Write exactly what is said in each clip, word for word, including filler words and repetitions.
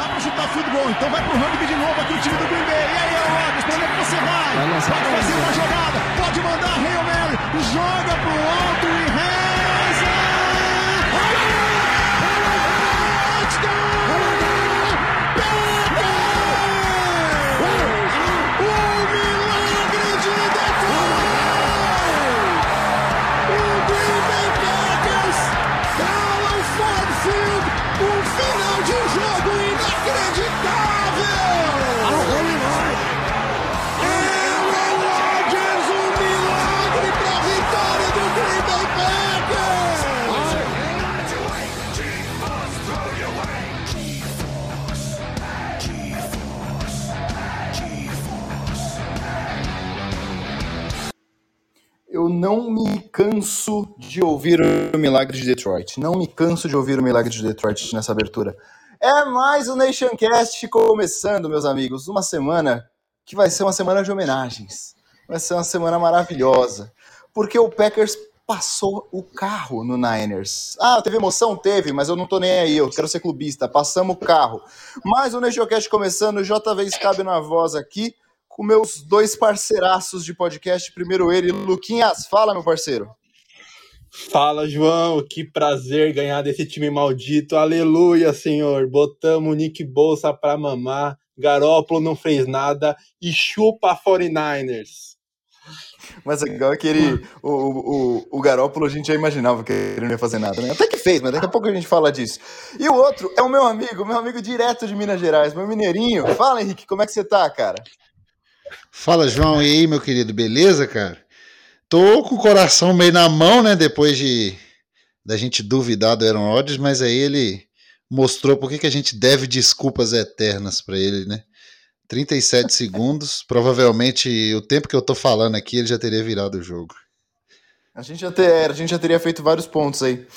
dá pra chutar field goal. Então vai pro rugby de novo aqui o time do Green Bay. E aí, Rodgers, pra onde é que você vai? Pode fazer uma jogada, pode mandar Hail Mary, joga pro alto e reza! Eu não me canso de ouvir o milagre de Detroit. Não me canso de ouvir o milagre de Detroit nessa abertura. É mais o NationCast começando, meus amigos. Uma semana que vai ser uma semana de homenagens. Vai ser uma semana maravilhosa. Porque o Packers passou o carro no Niners. Ah, teve emoção? Teve, mas eu não tô nem aí. Eu quero ser clubista. Passamos o carro. Mais o NationCast começando. J V cabe na voz aqui. Com meus dois parceiraços de podcast, primeiro ele, Luquinhas. Fala, meu parceiro. Fala, João, que prazer ganhar desse time maldito, aleluia, senhor, botamos o Nick Bosa pra mamar, Garoppolo não fez nada e chupa quarenta e nove ers. Mas é legal que ele, o, o, o Garoppolo a gente já imaginava que ele não ia fazer nada, né? Até que fez, mas daqui a pouco a gente fala disso. E o outro é o meu amigo, meu amigo direto de Minas Gerais, meu mineirinho. Fala, Henrique, como é que você tá, cara? Fala, João, e aí, meu querido, beleza, cara? Tô com o coração meio na mão, né, depois de da gente duvidar do Aaron Rodgers, mas aí ele mostrou por que que a gente deve desculpas eternas pra ele, né? trinta e sete segundos, provavelmente o tempo que eu tô falando aqui ele já teria virado o jogo. A gente já, ter, a gente já teria feito vários pontos aí.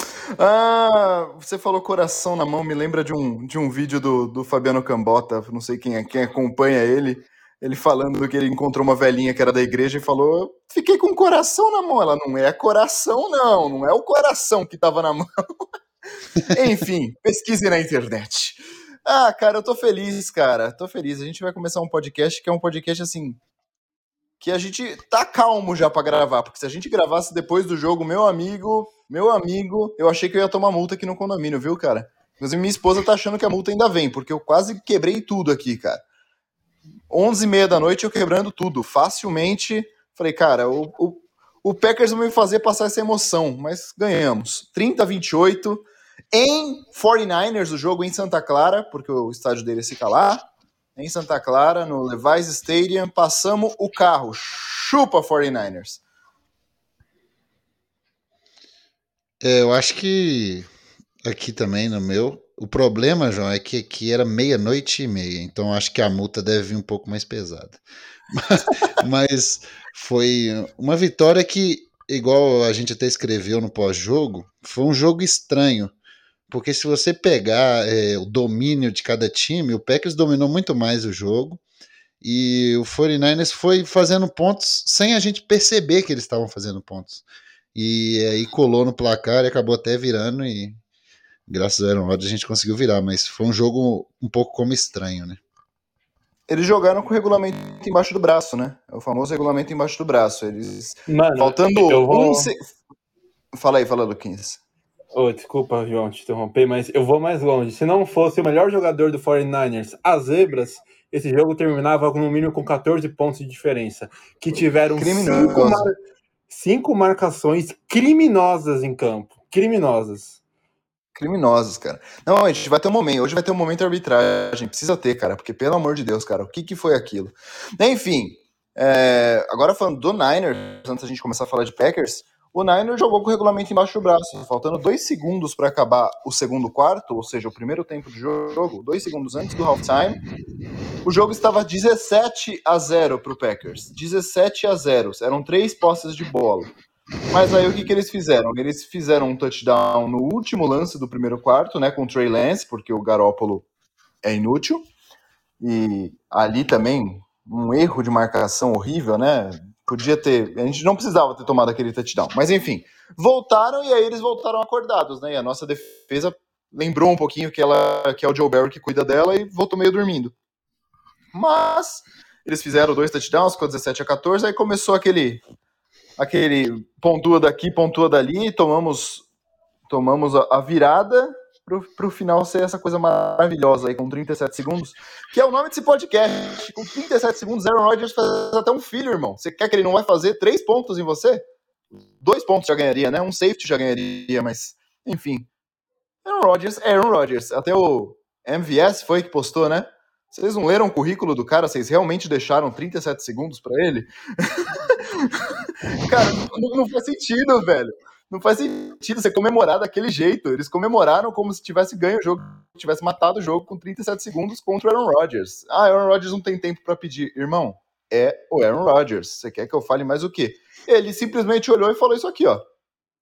Ah, você falou coração na mão, me lembra de um, de um vídeo do, do Fabiano Cambota, não sei quem, quem acompanha ele, ele falando que ele encontrou uma velhinha que era da igreja e falou, fiquei com o coração na mão. Ela, não é coração não, não é o coração que tava na mão. Enfim, pesquise na internet. Ah, cara, eu tô feliz, cara, tô feliz. A gente vai começar um podcast que é um podcast assim... que a gente tá calmo já pra gravar, porque se a gente gravasse depois do jogo, meu amigo, meu amigo, eu achei que eu ia tomar multa aqui no condomínio, viu, cara? Inclusive minha esposa tá achando que a multa ainda vem, porque eu quase quebrei tudo aqui, cara. onze e meia da noite eu quebrando tudo, facilmente. Falei, cara, o, o, o Packers vai me fazer passar essa emoção, mas ganhamos. trinta a vinte e oito em quarenta e nove ers, o jogo em Santa Clara, porque o estádio dele fica lá. Em Santa Clara, no Levi's Stadium, passamos o carro. Chupa quarenta e nove ers. É, eu acho que aqui também no meu, o problema, João, é que aqui era meia-noite e meia, então acho que a multa deve vir um pouco mais pesada. Mas foi uma vitória que, igual a gente até escreveu no pós-jogo, foi um jogo estranho. Porque se você pegar é, o domínio de cada time, o Packers dominou muito mais o jogo e o quarenta e nove ers foi fazendo pontos sem a gente perceber que eles estavam fazendo pontos. E aí colou no placar e acabou até virando e graças ao Aaron Rodgers a gente conseguiu virar, mas foi um jogo um pouco como estranho, né? Eles jogaram com o regulamento embaixo do braço, né? É o famoso regulamento embaixo do braço. Eles Mano, faltando eu vou... um... Se... Fala aí, fala, Luquinhas. Oh, desculpa, João, te interromper, mas eu vou mais longe. Se não fosse o melhor jogador do quarenta e nove ers, as Zebras, esse jogo terminava no mínimo com catorze pontos de diferença. Que tiveram cinco, mar... cinco marcações criminosas em campo. Criminosas. Criminosas, cara. Não, a gente vai ter um momento. Hoje vai ter um momento de arbitragem. Precisa ter, cara, porque pelo amor de Deus, cara, o que, que foi aquilo? Enfim, é... agora falando do Niners, antes da gente começar a falar de Packers... O Niners jogou com o regulamento embaixo do braço, faltando dois segundos para acabar o segundo quarto, ou seja, o primeiro tempo de jogo, dois segundos antes do halftime. O jogo estava dezessete a zero para o Packers, dezessete a zero, eram três posses de bola. Mas aí o que, que eles fizeram? Eles fizeram um touchdown no último lance do primeiro quarto, né, com o Trey Lance, porque o Garoppolo é inútil, e ali também um erro de marcação horrível, né? Podia ter, a gente não precisava ter tomado aquele touchdown, mas enfim, voltaram e aí eles voltaram acordados, né? E a nossa defesa lembrou um pouquinho que, ela, que é o Joe Barry que cuida dela e voltou meio dormindo. Mas eles fizeram dois touchdowns, ficou dezessete a quatorze, aí começou aquele, aquele pontua daqui, pontua dali, tomamos, tomamos a, a virada pro, pro final ser essa coisa maravilhosa aí, com trinta e sete segundos, que é o nome desse podcast. Com trinta e sete segundos, Aaron Rodgers faz até um filho, irmão. Você quer que ele não vai fazer três pontos em você? Dois pontos já ganharia, né? Um safety já ganharia, mas enfim. Aaron Rodgers é Aaron Rodgers. Até o M V S foi que postou, né? Vocês não leram o currículo do cara? Vocês realmente deixaram trinta e sete segundos pra ele? Cara, não, não faz sentido, velho. Não faz sentido você comemorar daquele jeito. Eles comemoraram como se tivesse ganho o jogo, tivesse matado o jogo com trinta e sete segundos contra o Aaron Rodgers. Ah, Aaron Rodgers não tem tempo pra pedir. Irmão, é o Aaron Rodgers. Você quer que eu fale mais o quê? Ele simplesmente olhou e falou isso aqui, ó.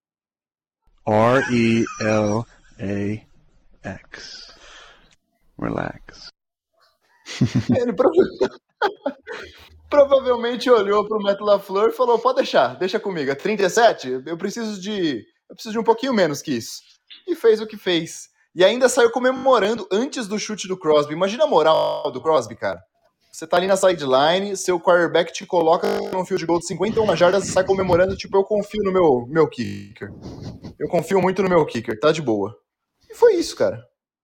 R E L A X. Relax. Ele prova... provavelmente olhou pro Matt LaFleur e falou, pode deixar, deixa comigo. É trinta e sete? Eu preciso de... Eu preciso de um pouquinho menos que isso. E fez o que fez. E ainda saiu comemorando antes do chute do Crosby. Imagina a moral do Crosby, cara. Você tá ali na sideline, seu quarterback te coloca num field goal de cinquenta e uma jardas e sai comemorando, tipo, eu confio no meu, meu kicker. Eu confio muito no meu kicker, tá de boa. E foi isso, cara.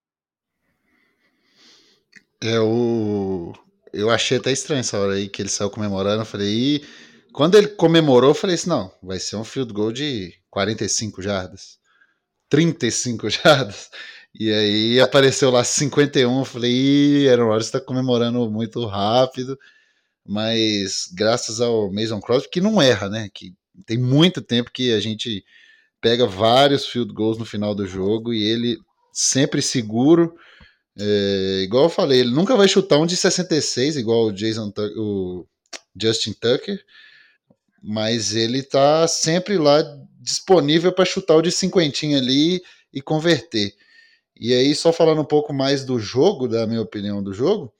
É o... Eu achei até estranho essa hora aí que ele saiu comemorando. Eu falei, e quando ele comemorou, eu falei assim: não, vai ser um field goal de quarenta e cinco jardas, trinta e cinco jardas. E aí apareceu lá cinquenta e um. Eu falei, ih, Aaron Rodgers está comemorando muito rápido. Mas graças ao Mason Crosby, que não erra, né? Que tem muito tempo que a gente pega vários field goals no final do jogo e ele sempre seguro. É, igual eu falei, ele nunca vai chutar um de sessenta e seis, igual o, Jason, o Justin Tucker, mas ele tá sempre lá disponível para chutar o de cinquentinha ali e converter. E aí, só falando um pouco mais do jogo, da minha opinião do jogo,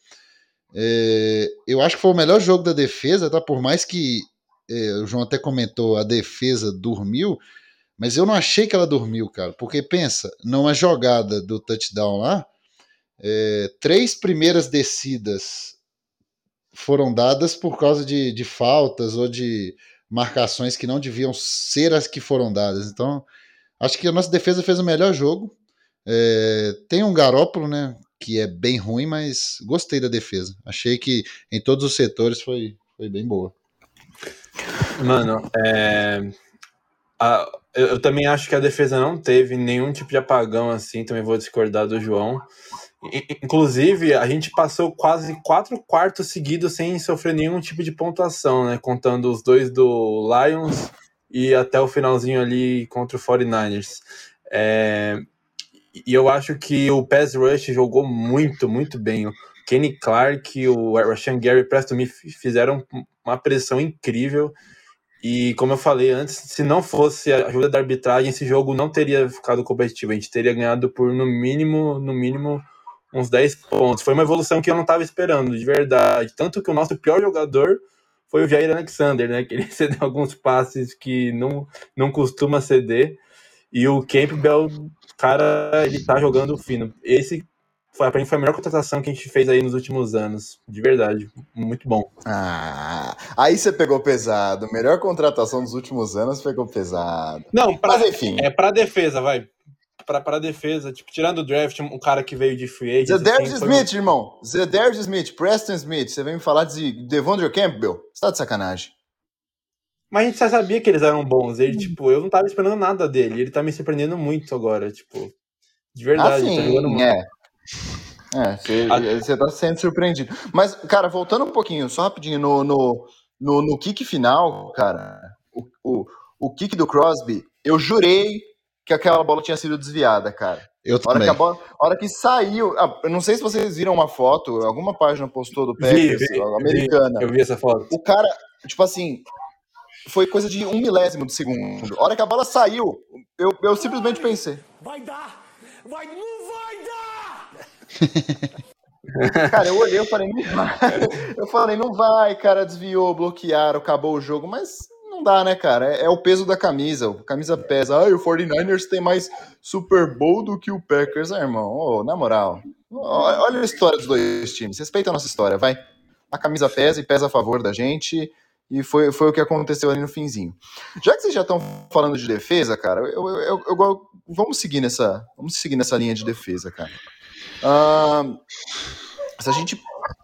é, eu acho que foi o melhor jogo da defesa, tá? Por mais que é, o João até comentou, a defesa dormiu, mas eu não achei que ela dormiu, cara, porque pensa, numa jogada do touchdown lá, É, três primeiras descidas foram dadas por causa de, de faltas ou de marcações que não deviam ser as que foram dadas. Então, acho que a nossa defesa fez o melhor jogo. É, tem um Garoppolo, né, que é bem ruim, mas gostei da defesa. Achei que em todos os setores foi, foi bem boa. Mano, é... a, eu, eu também acho que a defesa não teve nenhum tipo de apagão assim, também vou discordar do João. Inclusive, a gente passou quase quatro quartos seguidos sem sofrer nenhum tipo de pontuação, né? Contando os dois do Lions e até o finalzinho ali contra o quarenta e nove ers. É... E eu acho que o pass rush jogou muito, muito bem. O Kenny Clark e o Rashan Gary e Preston Smith fizeram uma pressão incrível. E como eu falei antes, se não fosse a ajuda da arbitragem, esse jogo não teria ficado competitivo. A gente teria ganhado por, no mínimo, no mínimo... uns dez pontos. Foi uma evolução que eu não estava esperando, de verdade. Tanto que o nosso pior jogador foi o Jair Alexander, né? Que ele cedeu alguns passes que não, não costuma ceder. E o Campbell, cara, ele tá jogando fino. Esse foi, pra mim, foi a melhor contratação que a gente fez aí nos últimos anos. De verdade. Muito bom. Ah, aí você pegou pesado. Melhor contratação dos últimos anos pegou pesado. Não, pra, mas enfim. É pra defesa, vai. Pra, pra defesa, tipo, tirando o draft, um cara que veio de free agent... Zedarius assim, Smith, foi... irmão. Zedarius Smith, Preston Smith. Você vem me falar de Devondre Campbell? Você tá de sacanagem. Mas a gente já sabia que eles eram bons. Ele, tipo, eu não tava esperando nada dele. Ele tá me surpreendendo muito agora, tipo... De verdade, ah, sim, tá jogando muito. É, é você tá sendo surpreendido. Mas, cara, voltando um pouquinho, só rapidinho, no, no, no, no kick final, cara, o, o, o kick do Crosby, eu jurei que aquela bola tinha sido desviada, cara. Eu a hora também. Que a, bola, a hora que saiu... Ah, eu não sei se vocês viram uma foto, alguma página postou do Packers, vi, vi, americana. Vi, eu vi essa foto. O cara, tipo assim, foi coisa de um milésimo de segundo. A hora que a bola saiu, eu, eu simplesmente pensei... Vai dar! Vai, não vai dar! Cara, eu olhei, eu falei, não vai. Eu falei, não vai, cara, desviou, bloquearam, acabou o jogo, mas não dá, né, cara? É, é o peso da camisa. A camisa pesa. Ah, o quarenta e nine ers tem mais Super Bowl do que o Packers. Ah, irmão, oh, na moral. Olha a história dos dois times. Respeita a nossa história, vai. A camisa pesa e pesa a favor da gente. E foi, foi o que aconteceu ali no finzinho. Já que vocês já estão falando de defesa, cara, eu, eu, eu, eu, vamos, seguir nessa, vamos seguir nessa linha de defesa, cara. Uh, se a gente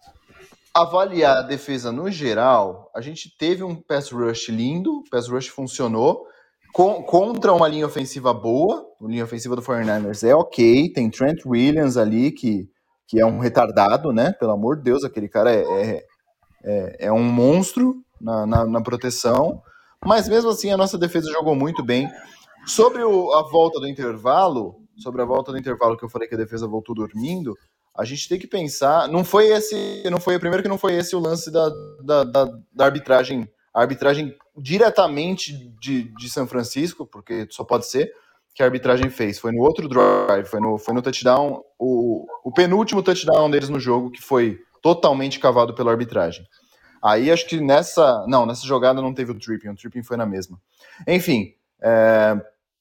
avaliar a defesa no geral, a gente teve um pass rush lindo, o pass rush funcionou, com, contra uma linha ofensiva boa, a linha ofensiva do quarenta e nine ers é ok, tem Trent Williams ali, que, que é um retardado, né? Pelo amor de Deus, aquele cara é, é, é, é um monstro na, na, na proteção, mas mesmo assim a nossa defesa jogou muito bem. Sobre o, a volta do intervalo, sobre a volta do intervalo que eu falei que a defesa voltou dormindo, a gente tem que pensar, não foi esse, não foi, primeiro que não foi esse o lance da, da, da, da arbitragem, a arbitragem diretamente de, de São Francisco, porque só pode ser, que a arbitragem fez, foi no outro drive, foi no, foi no touchdown, o, o penúltimo touchdown deles no jogo, que foi totalmente cavado pela arbitragem. Aí acho que nessa, não, nessa jogada não teve o tripping, o tripping foi na mesma. Enfim, é...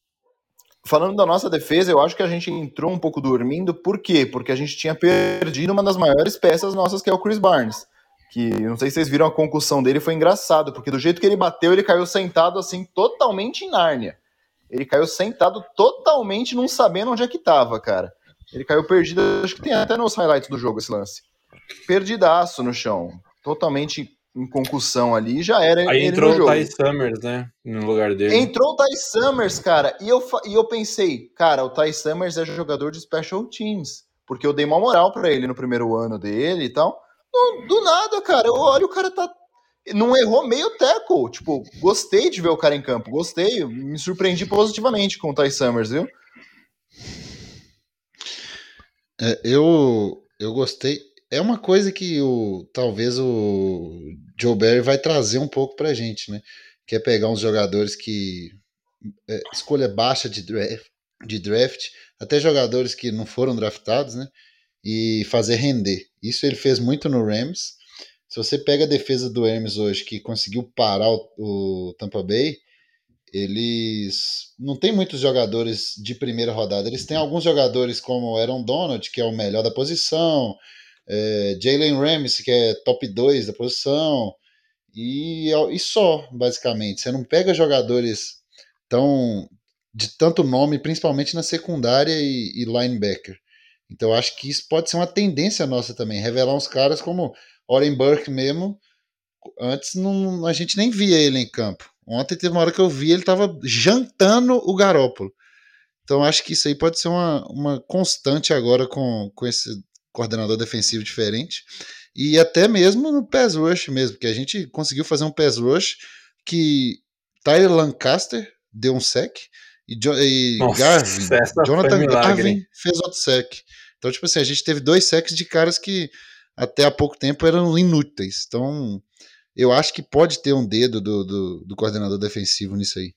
falando da nossa defesa, eu acho que a gente entrou um pouco dormindo. Por quê? Porque a gente tinha perdido uma das maiores peças nossas, que é o Chris Barnes. Que, não sei se vocês viram a concussão dele, foi engraçado, porque do jeito que ele bateu, ele caiu sentado assim, totalmente em Nárnia. Ele caiu sentado totalmente não sabendo onde é que tava, cara. Ele caiu perdido, acho que tem até nos highlights do jogo esse lance. Perdidaço no chão, totalmente em concussão ali, já era. Aí ele entrou no jogo. o Ty Summers, né, no lugar dele. Entrou o Ty Summers, cara, e eu, e eu pensei, cara, o Ty Summers é jogador de special teams, porque eu dei uma moral pra ele no primeiro ano dele e tal. Do, do nada, cara, eu olho, o cara tá... não errou meio tackle, tipo, gostei de ver o cara em campo, gostei, me surpreendi positivamente com o Ty Summers, viu? É, eu, eu gostei. É uma coisa que o, talvez o Joe Barry vai trazer um pouco pra gente, né? Que é pegar uns jogadores que... É, escolha baixa de draft, de draft, até jogadores que não foram draftados, né? E fazer render. Isso ele fez muito no Rams. Se você pega a defesa do Rams hoje, que conseguiu parar o, o Tampa Bay, eles não tem muitos jogadores de primeira rodada. Eles têm alguns jogadores como o Aaron Donald, que é o melhor da posição, é, Jalen Ramsey, que é top dois da posição, e, e só, basicamente. Você não pega jogadores tão, de tanto nome, principalmente na secundária e, e linebacker. Então acho que isso pode ser uma tendência nossa também, revelar uns caras como Oren Burke mesmo. Antes não, a gente nem via ele em campo. Ontem teve uma hora que eu vi, ele estava jantando o Garoppolo. Então acho que isso aí pode ser uma, uma constante agora com, com esse coordenador defensivo diferente. E até mesmo no pass rush mesmo, que a gente conseguiu fazer um pass rush que Tyler Lancaster deu um sec e, jo- e Nossa, Garvin, essa Jonathan foi milagre. Garvin fez outro sec. Então, tipo assim, a gente teve dois secs de caras que até há pouco tempo eram inúteis. Então, eu acho que pode ter um dedo do, do, do coordenador defensivo nisso aí.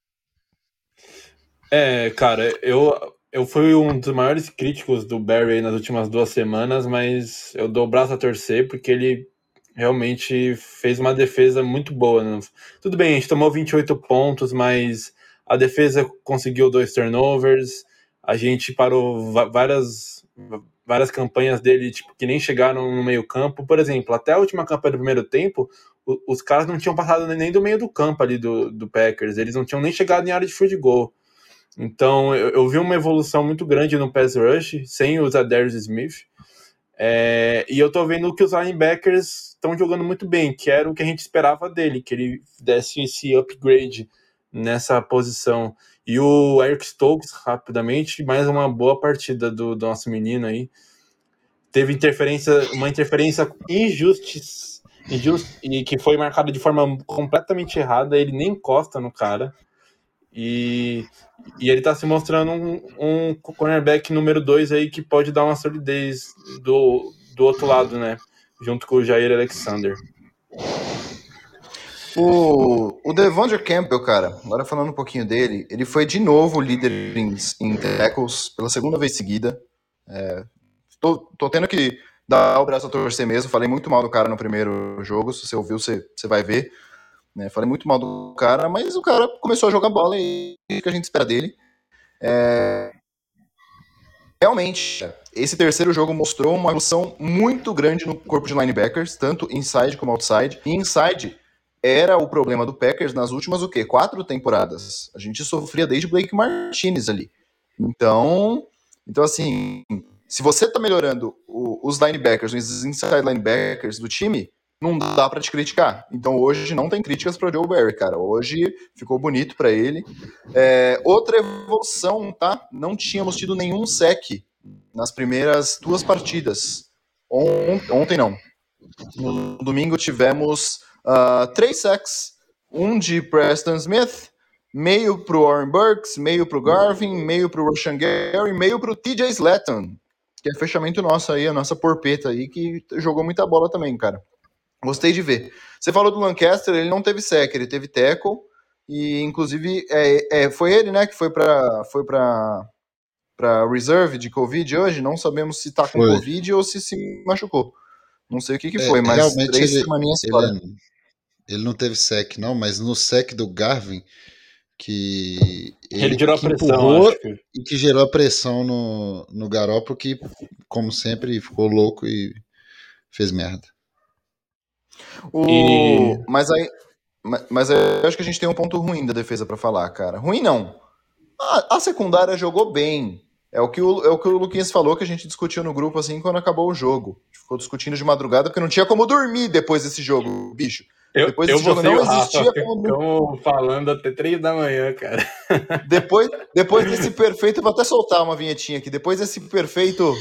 É, cara, eu, eu fui um dos maiores críticos do Barry nas últimas duas semanas, mas eu dou o braço a torcer porque ele realmente fez uma defesa muito boa. Né? Tudo bem, a gente tomou vinte e oito pontos, mas a defesa conseguiu dois turnovers, a gente parou várias, várias campanhas dele tipo, que nem chegaram no meio campo. Por exemplo, até a última campanha do primeiro tempo, os caras não tinham passado nem do meio do campo ali do, do Packers, eles não tinham nem chegado em área de field goal. Então eu, eu vi uma evolução muito grande no pass rush, sem o Zadarius Smith, é, e eu tô vendo que os linebackers estão jogando muito bem, que era o que a gente esperava dele, que ele desse esse upgrade nessa posição. E o Eric Stokes, rapidamente, mais uma boa partida do, do nosso menino aí. Teve interferência, uma interferência injusta, injusta e que foi marcada de forma completamente errada, ele nem encosta no cara. E, e ele tá se mostrando um, um cornerback número dois aí que pode dar uma solidez do, do outro lado, né? Junto com o Jair Alexander. O, o Devondre Campbell, cara, agora falando um pouquinho dele, ele foi de novo líder em, em tackles pela segunda vez seguida. É, tô, tô tendo que dar o braço a torcer mesmo, falei muito mal do cara no primeiro jogo, se você ouviu, você, você vai ver. né? Falei muito mal do cara, mas o cara começou a jogar bola e o que a gente espera dele. É... Realmente, esse terceiro jogo mostrou uma evolução muito grande no corpo de linebackers, tanto inside como outside. E inside era o problema do Packers nas últimas, o quê? Quatro temporadas. A gente sofria desde Blake Martinez ali. Então, então assim, se você tá melhorando o, os linebackers, os inside linebackers do time, não dá pra te criticar. Então hoje não tem críticas pro Joe Barry, cara. Hoje ficou bonito pra ele. É, outra evolução, tá? Não tínhamos tido nenhum sec nas primeiras duas partidas. Ont- ontem não. No domingo tivemos uh, três sacks. Um de Preston Smith, meio pro Warren Burks, meio pro Garvin, meio pro Rashan Gary, meio pro T J Slatton, que é fechamento nosso aí, a nossa porpeta aí, que jogou muita bola também, cara. Gostei de ver. Você falou do Lancaster, ele não teve sec, ele teve tackle, e inclusive é, é, foi ele, né, que foi para foi pra, pra reserve de Covid hoje. Não sabemos se tá com Foi. Covid ou se se machucou. Não sei o que que É, foi, mas realmente três ele, semaninhas fora. ele, ele não teve sec, não, mas no sec do Garvin, que Ele ele tirou a que pressão, empurrou acho que. e que gerou a pressão no, no Garoppolo, que, como sempre, ficou louco e fez merda. O... E- Mas aí. ma- Mas aí eu acho que a gente tem um ponto ruim da defesa pra falar, cara. Ruim não. A, a secundária jogou bem. É o, que o, é o que o Luquinhas falou, que a gente discutiu no grupo assim quando acabou o jogo. A gente ficou discutindo de madrugada porque não tinha como dormir depois desse jogo, bicho. Eu, Depois eu desse jogo você e não o Rafa existia como dormir. ficamos falando até três da manhã, cara. Depois, depois desse perfeito, eu vou até soltar uma vinhetinha aqui. Depois desse perfeito.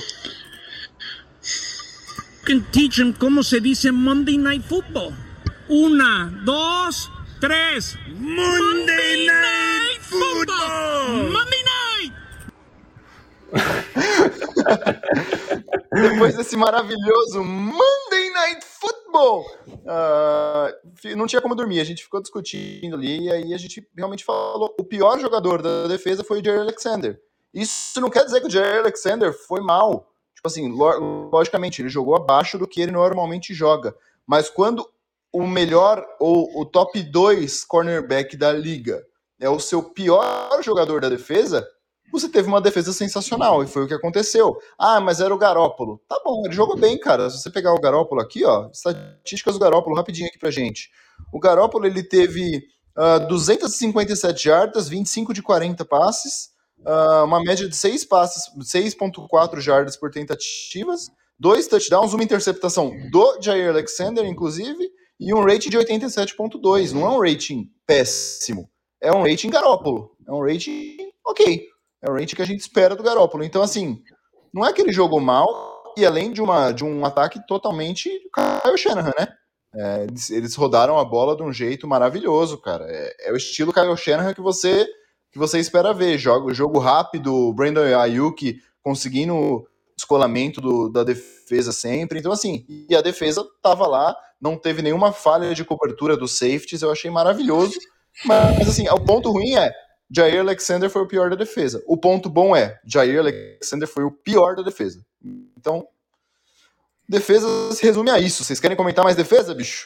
Can teach them cómo se dice Monday Night Football. Una, dos, tres. Monday Night Football. Monday Night. Depois desse maravilhoso Monday Night Football, uh, não tinha como dormir. A gente ficou discutindo ali e aí a gente realmente falou: o pior jogador da defesa foi o Jair Alexander. Isso não quer dizer que o Jair Alexander foi mal. Tipo assim, lo- logicamente, ele jogou abaixo do que ele normalmente joga. Mas quando o melhor ou o top dois cornerback da liga é o seu pior jogador da defesa, você teve uma defesa sensacional, e foi o que aconteceu. Ah, mas era o Garoppolo. Tá bom, ele jogou bem, cara. Se você pegar o Garoppolo aqui, ó, estatísticas do Garoppolo, rapidinho aqui pra gente. O Garoppolo, ele teve uh, duzentas e cinquenta e sete jardas, vinte e cinco de quarenta passes, uh, uma média de seis passes, seis vírgula quatro jardas por tentativas, dois touchdowns, uma interceptação do Jair Alexander, inclusive, e um rating de oitenta e sete vírgula dois. Não é um rating péssimo, é um rating Garoppolo. É um rating ok. É o rating que a gente espera do Garoppolo. Então, assim, não é que ele jogou mal, e além de, uma, de um ataque totalmente Kyle Shanahan, né? É, eles, eles rodaram a bola de um jeito maravilhoso, cara. É, é o estilo Kyle Shanahan que você, que você espera ver. Jogo, jogo rápido, Brandon Ayuk conseguindo descolamento do, da defesa sempre. Então, assim, e a defesa tava lá, não teve nenhuma falha de cobertura dos safeties, eu achei maravilhoso. Mas, assim, o ponto ruim é Jair Alexander foi o pior da defesa. O ponto bom é, Jair Alexander foi o pior da defesa. Então, defesa se resume a isso. Vocês querem comentar mais defesa, bicho?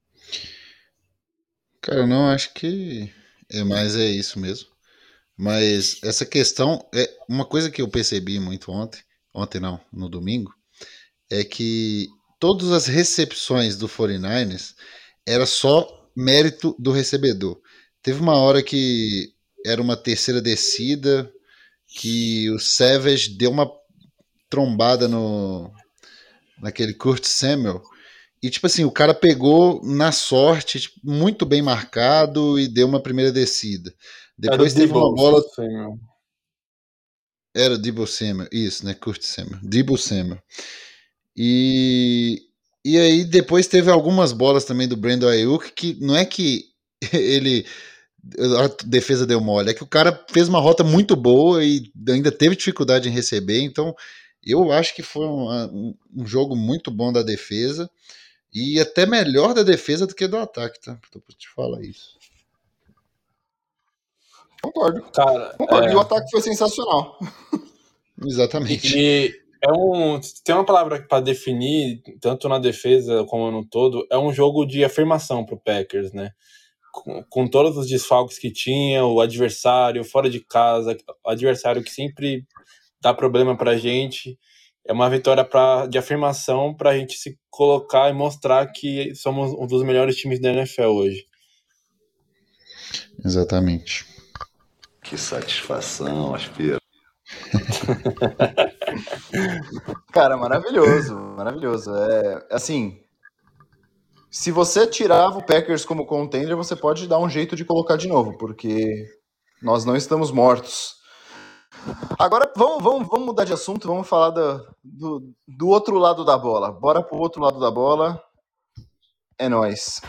Cara, eu não acho que é mais é isso mesmo. Mas essa questão é uma coisa que eu percebi muito ontem, ontem não, no domingo, é que todas as recepções do forty-niners era só mérito do recebedor. Teve uma hora que era uma terceira descida, que o Savage deu uma trombada no naquele Kurt Samuel, e tipo assim, o cara pegou na sorte, tipo, muito bem marcado e deu uma primeira descida. Depois teve uma bola... Samuel. Era Debo Samuel, isso, né? Kurt Samuel. Debo Samuel. E... e aí depois teve algumas bolas também do Brandon Ayuk, que não é que ele... a defesa deu mole, é que o cara fez uma rota muito boa e ainda teve dificuldade em receber, então eu acho que foi um, um jogo muito bom da defesa e até melhor da defesa do que do ataque, tá? Tô pra te falar isso. Concordo. Cara, Concordo. é... E o ataque foi sensacional. Exatamente. E é um, tem uma palavra para definir, tanto na defesa como no todo, é um jogo de afirmação pro Packers, né? com, com todos os desfalques que tinha, o adversário fora de casa, o adversário que sempre dá problema pra gente. É uma vitória pra, de afirmação para a gente se colocar e mostrar que somos um dos melhores times da N F L hoje. Exatamente. Que satisfação, Aspira. Cara, maravilhoso, maravilhoso. É assim, se você tirava o Packers como contender, você pode dar um jeito de colocar de novo, porque nós não estamos mortos. Agora, vamos, vamos, vamos mudar de assunto, vamos falar do, do, do outro lado da bola. Bora pro outro lado da bola. É nóis.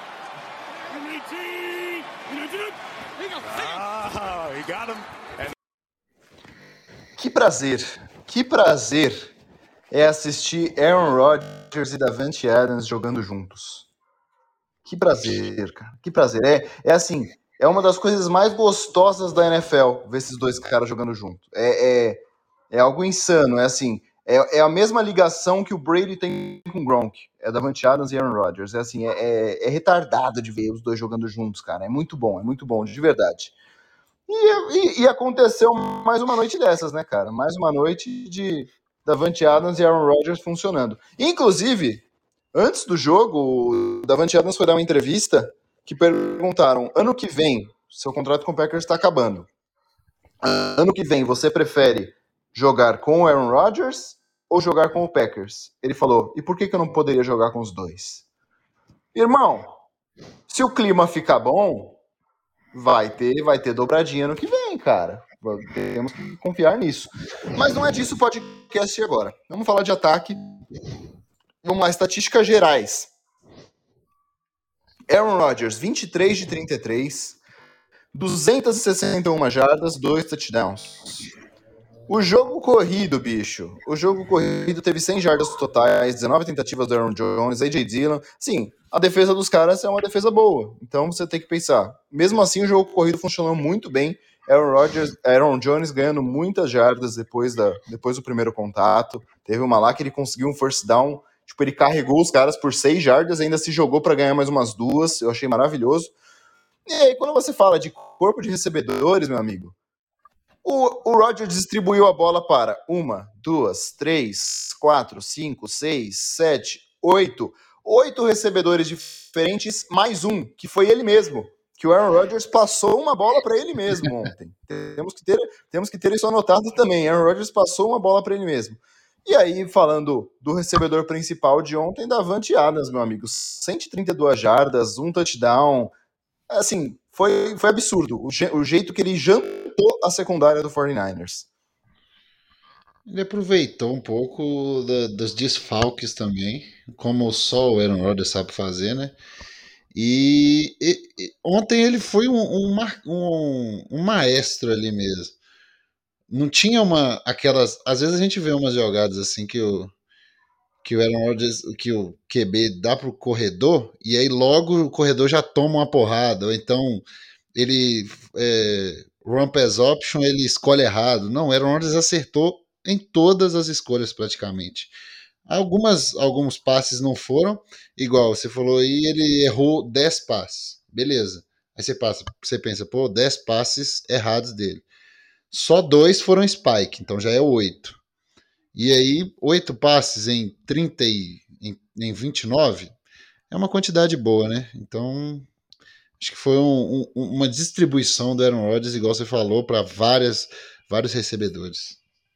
Que prazer, que prazer é assistir Aaron Rodgers e Davante Adams jogando juntos. Que prazer, cara, que prazer. É, é assim, é uma das coisas mais gostosas da N F L, ver esses dois caras jogando junto. É, é, é algo insano, é assim, é, é a mesma ligação que o Brady tem com o Gronk, é Davante Adams e Aaron Rodgers. É assim, é, é, é retardado de ver os dois jogando juntos, cara. É muito bom, é muito bom, de verdade. E, e, e aconteceu mais uma noite dessas, né, cara? Mais uma noite de Davante Adams e Aaron Rodgers funcionando. Inclusive, antes do jogo, o Davante Adams foi dar uma entrevista que perguntaram, ano que vem, seu contrato com o Packers está acabando. Ano que vem, você prefere jogar com o Aaron Rodgers ou jogar com o Packers? Ele falou, e por que, que eu não poderia jogar com os dois? Irmão, se o clima ficar bom, vai ter, vai ter dobradinha no que vem, cara. Temos que confiar nisso. Mas não é disso o podcast agora. Vamos falar de ataque. Vamos lá, estatísticas gerais. Aaron Rodgers, vinte e três de trinta e três, duzentas e sessenta e uma jardas, dois touchdowns. O jogo corrido, bicho. O jogo corrido teve cem jardas totais, dezenove tentativas do Aaron Jones, A J Dillon. Sim, a defesa dos caras é uma defesa boa. Então você tem que pensar. Mesmo assim, o jogo corrido funcionou muito bem. Aaron Rodgers, Aaron Jones ganhando muitas jardas depois, da, depois do primeiro contato. Teve uma lá que ele conseguiu um first down. Tipo, ele carregou os caras por seis jardas e ainda se jogou para ganhar mais umas duas. Eu achei maravilhoso. E aí, quando você fala de corpo de recebedores, meu amigo, o, o Rodgers distribuiu a bola para uma, duas, três, quatro, cinco, seis, sete, oito. Oito recebedores diferentes, mais um, que foi ele mesmo. Que o Aaron Rodgers passou uma bola para ele mesmo ontem. Temos que ter, temos que ter isso anotado também. Aaron Rodgers passou uma bola para ele mesmo. E aí, falando do recebedor principal de ontem, Davante Adams, meu amigo. cento e trinta e duas jardas, um touchdown. Assim, foi, foi absurdo o, je, o jeito que ele jantou a secundária do forty-niners. Ele aproveitou um pouco da, dos desfalques também, como só o Aaron Rodgers sabe fazer, né? E, e, e ontem ele foi um, um, um, um maestro ali mesmo. Não tinha uma aquelas. Às vezes a gente vê umas jogadas assim que o que o Aaron Rodgers, que o Q B dá pro corredor e aí logo o corredor já toma uma porrada, ou então ele é, run pass option, ele escolhe errado. Não, o Aaron Rodgers acertou em todas as escolhas praticamente. Algumas, alguns passes não foram, igual você falou aí, ele errou dez passes, beleza. Aí você, passa, você pensa, pô, dez passes errados dele. Só dois foram spike, então já é oito. E aí, oito passes em trinta e em, em vinte e nove é uma quantidade boa, né? Então, acho que foi um, um, uma distribuição do Aaron Rodgers, igual você falou, para vários recebedores.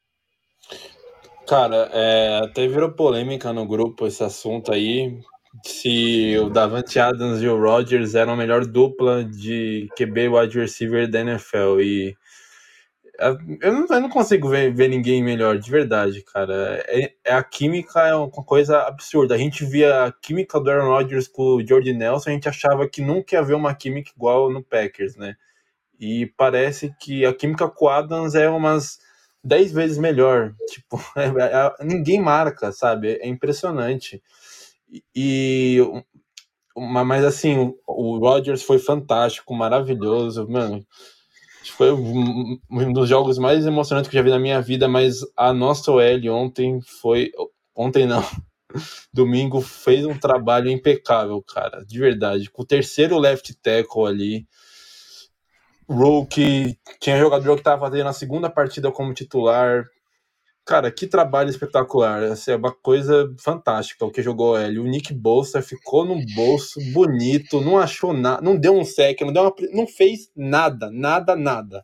Cara, é, até virou polêmica no grupo esse assunto aí, se o Davante Adams e o Rodgers eram a melhor dupla de Q B wide receiver da N F L. E eu não, eu não consigo ver, ver ninguém melhor, de verdade, cara. É, é, a química é uma coisa absurda. A gente via a química do Aaron Rodgers com o Jordy Nelson, a gente achava que nunca ia haver uma química igual no Packers, né? E parece que a química com o Adams é umas dez vezes melhor. Tipo, é, é, ninguém marca, sabe? É impressionante. E, e uma, mas assim, o, o Rodgers foi fantástico, maravilhoso, mano. Foi um, um dos jogos mais emocionantes que eu já vi na minha vida, mas a nossa O L ontem foi... Ontem não. domingo fez um trabalho impecável, cara, de verdade. Com o terceiro left tackle ali, rookie, tinha jogador que estava fazendo a segunda partida como titular. Cara, que trabalho espetacular. Essa é uma coisa fantástica o que jogou ele. O Nick Bosa ficou no bolso, bonito, não achou nada, não deu um sec, não, deu uma, não fez nada, nada, nada.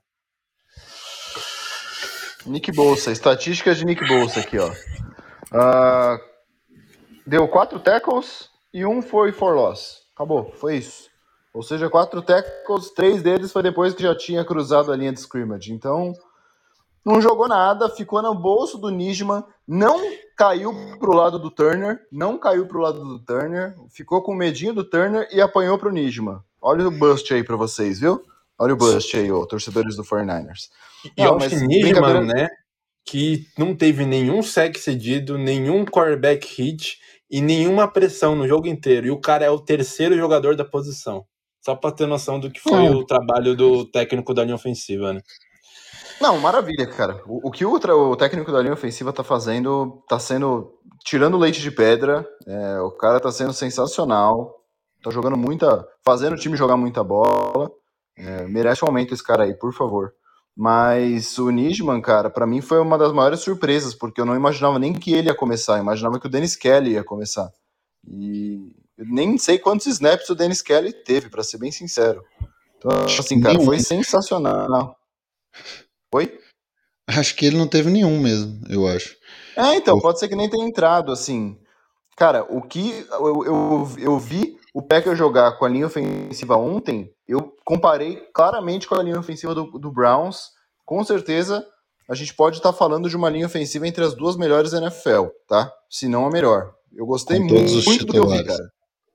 Nick Bosa, estatísticas de Nick Bosa aqui, ó. Uh, deu quatro tackles e um foi for loss. Acabou, foi isso. Ou seja, quatro tackles, três deles foi depois que já tinha cruzado a linha de scrimmage. Então, não jogou nada, ficou no bolso do Nijman, não caiu pro lado do Turner, não caiu pro lado do Turner, ficou com medinho do Turner e apanhou pro Nijman. Olha o bust aí pra vocês, viu? Olha o bust aí, ó, torcedores do forty-niners. E eu acho que Nijman, né, que não teve nenhum sec cedido, nenhum quarterback hit e nenhuma pressão no jogo inteiro. E o cara é o terceiro jogador da posição. Só pra ter noção do que foi hum. o trabalho do técnico da linha ofensiva, né? Não, maravilha, cara. O, o que o, o técnico da linha ofensiva tá fazendo, tá sendo, tirando leite de pedra, é, o cara tá sendo sensacional, tá jogando muita, fazendo o time jogar muita bola, é, merece um aumento esse cara aí, por favor. Mas o Nijman, cara, pra mim foi uma das maiores surpresas, porque eu não imaginava nem que ele ia começar, eu imaginava que o Dennis Kelly ia começar. E eu nem sei quantos snaps o Dennis Kelly teve, pra ser bem sincero. Então, assim, cara, foi sensacional. Oi? Acho que ele não teve nenhum mesmo, eu acho. É, então, pode ser que nem tenha entrado, assim. Cara, o que eu, eu, eu vi o Packers jogar com a linha ofensiva ontem, eu comparei claramente com a linha ofensiva do, do Browns. Com certeza, a gente pode estar falando de uma linha ofensiva entre as duas melhores da N F L, tá? Se não a melhor. Eu gostei com muito, muito do que eu vi, cara.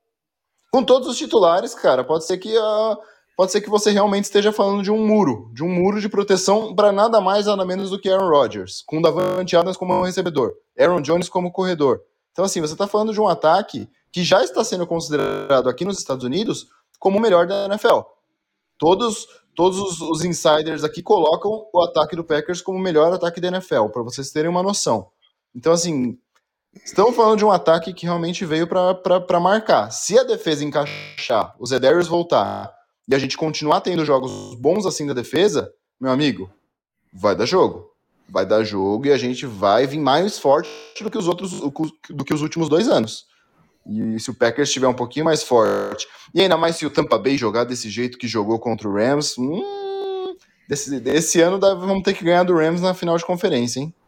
Com todos os titulares, cara, pode ser que a... Pode ser que você realmente esteja falando de um muro, de um muro de proteção para nada mais, nada menos do que Aaron Rodgers, com Davante Adams como recebedor, Aaron Jones como corredor. Então, assim, você está falando de um ataque que já está sendo considerado aqui nos Estados Unidos como o melhor da N F L. Todos, todos os, os insiders aqui colocam o ataque do Packers como o melhor ataque da N F L, para vocês terem uma noção. Então, assim, estamos falando de um ataque que realmente veio para marcar. Se a defesa encaixar, o Zedarius voltar e a gente continuar tendo jogos bons assim da defesa, meu amigo, vai dar jogo. Vai dar jogo e a gente vai vir mais forte do que os outros, do que os últimos dois anos. E se o Packers estiver um pouquinho mais forte, e ainda mais se o Tampa Bay jogar desse jeito que jogou contra o Rams, hum, desse, desse ano dá, vamos ter que ganhar do Rams na final de conferência, hein?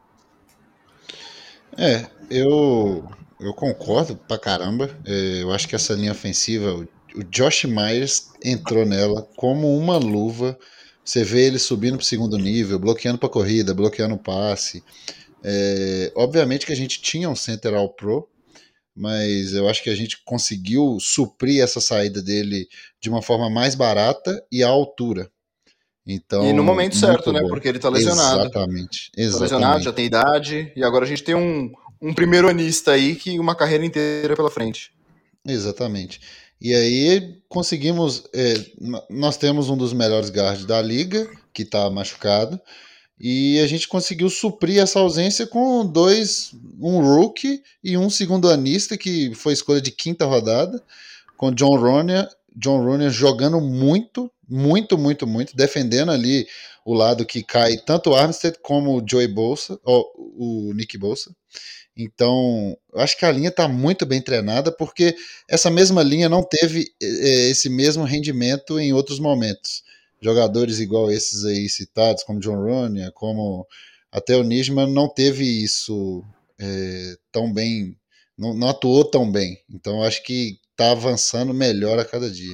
É, eu, eu concordo pra caramba. É, eu acho que essa linha ofensiva... O Josh Myers entrou nela como uma luva. Você vê ele subindo para o segundo nível, bloqueando para corrida, bloqueando o passe. É, obviamente que a gente tinha um center all pro, mas eu acho que a gente conseguiu suprir essa saída dele de uma forma mais barata e à altura. Então, e no momento certo, né? bom. Porque ele tá lesionado. Exatamente. exatamente. Tá lesionado, já tem idade, e agora a gente tem um, um primeiro anista aí que uma carreira inteira pela frente. Exatamente. E aí conseguimos, é, nós temos um dos melhores guards da liga, que está machucado, e a gente conseguiu suprir essa ausência com dois, um rookie e um segundo anista, que foi escolha de quinta rodada, com John Rooney, John Rooney jogando muito, muito, muito, muito, defendendo ali o lado que cai tanto o Armstead como o Joey Bosa, ou o Nick Bosa. Então, eu acho que a linha está muito bem treinada, porque essa mesma linha não teve é, esse mesmo rendimento em outros momentos. Jogadores igual esses aí citados, como John Rooney, como até o Nijman, não teve isso é, tão bem, não, não atuou tão bem. Então, eu acho que está avançando melhor a cada dia.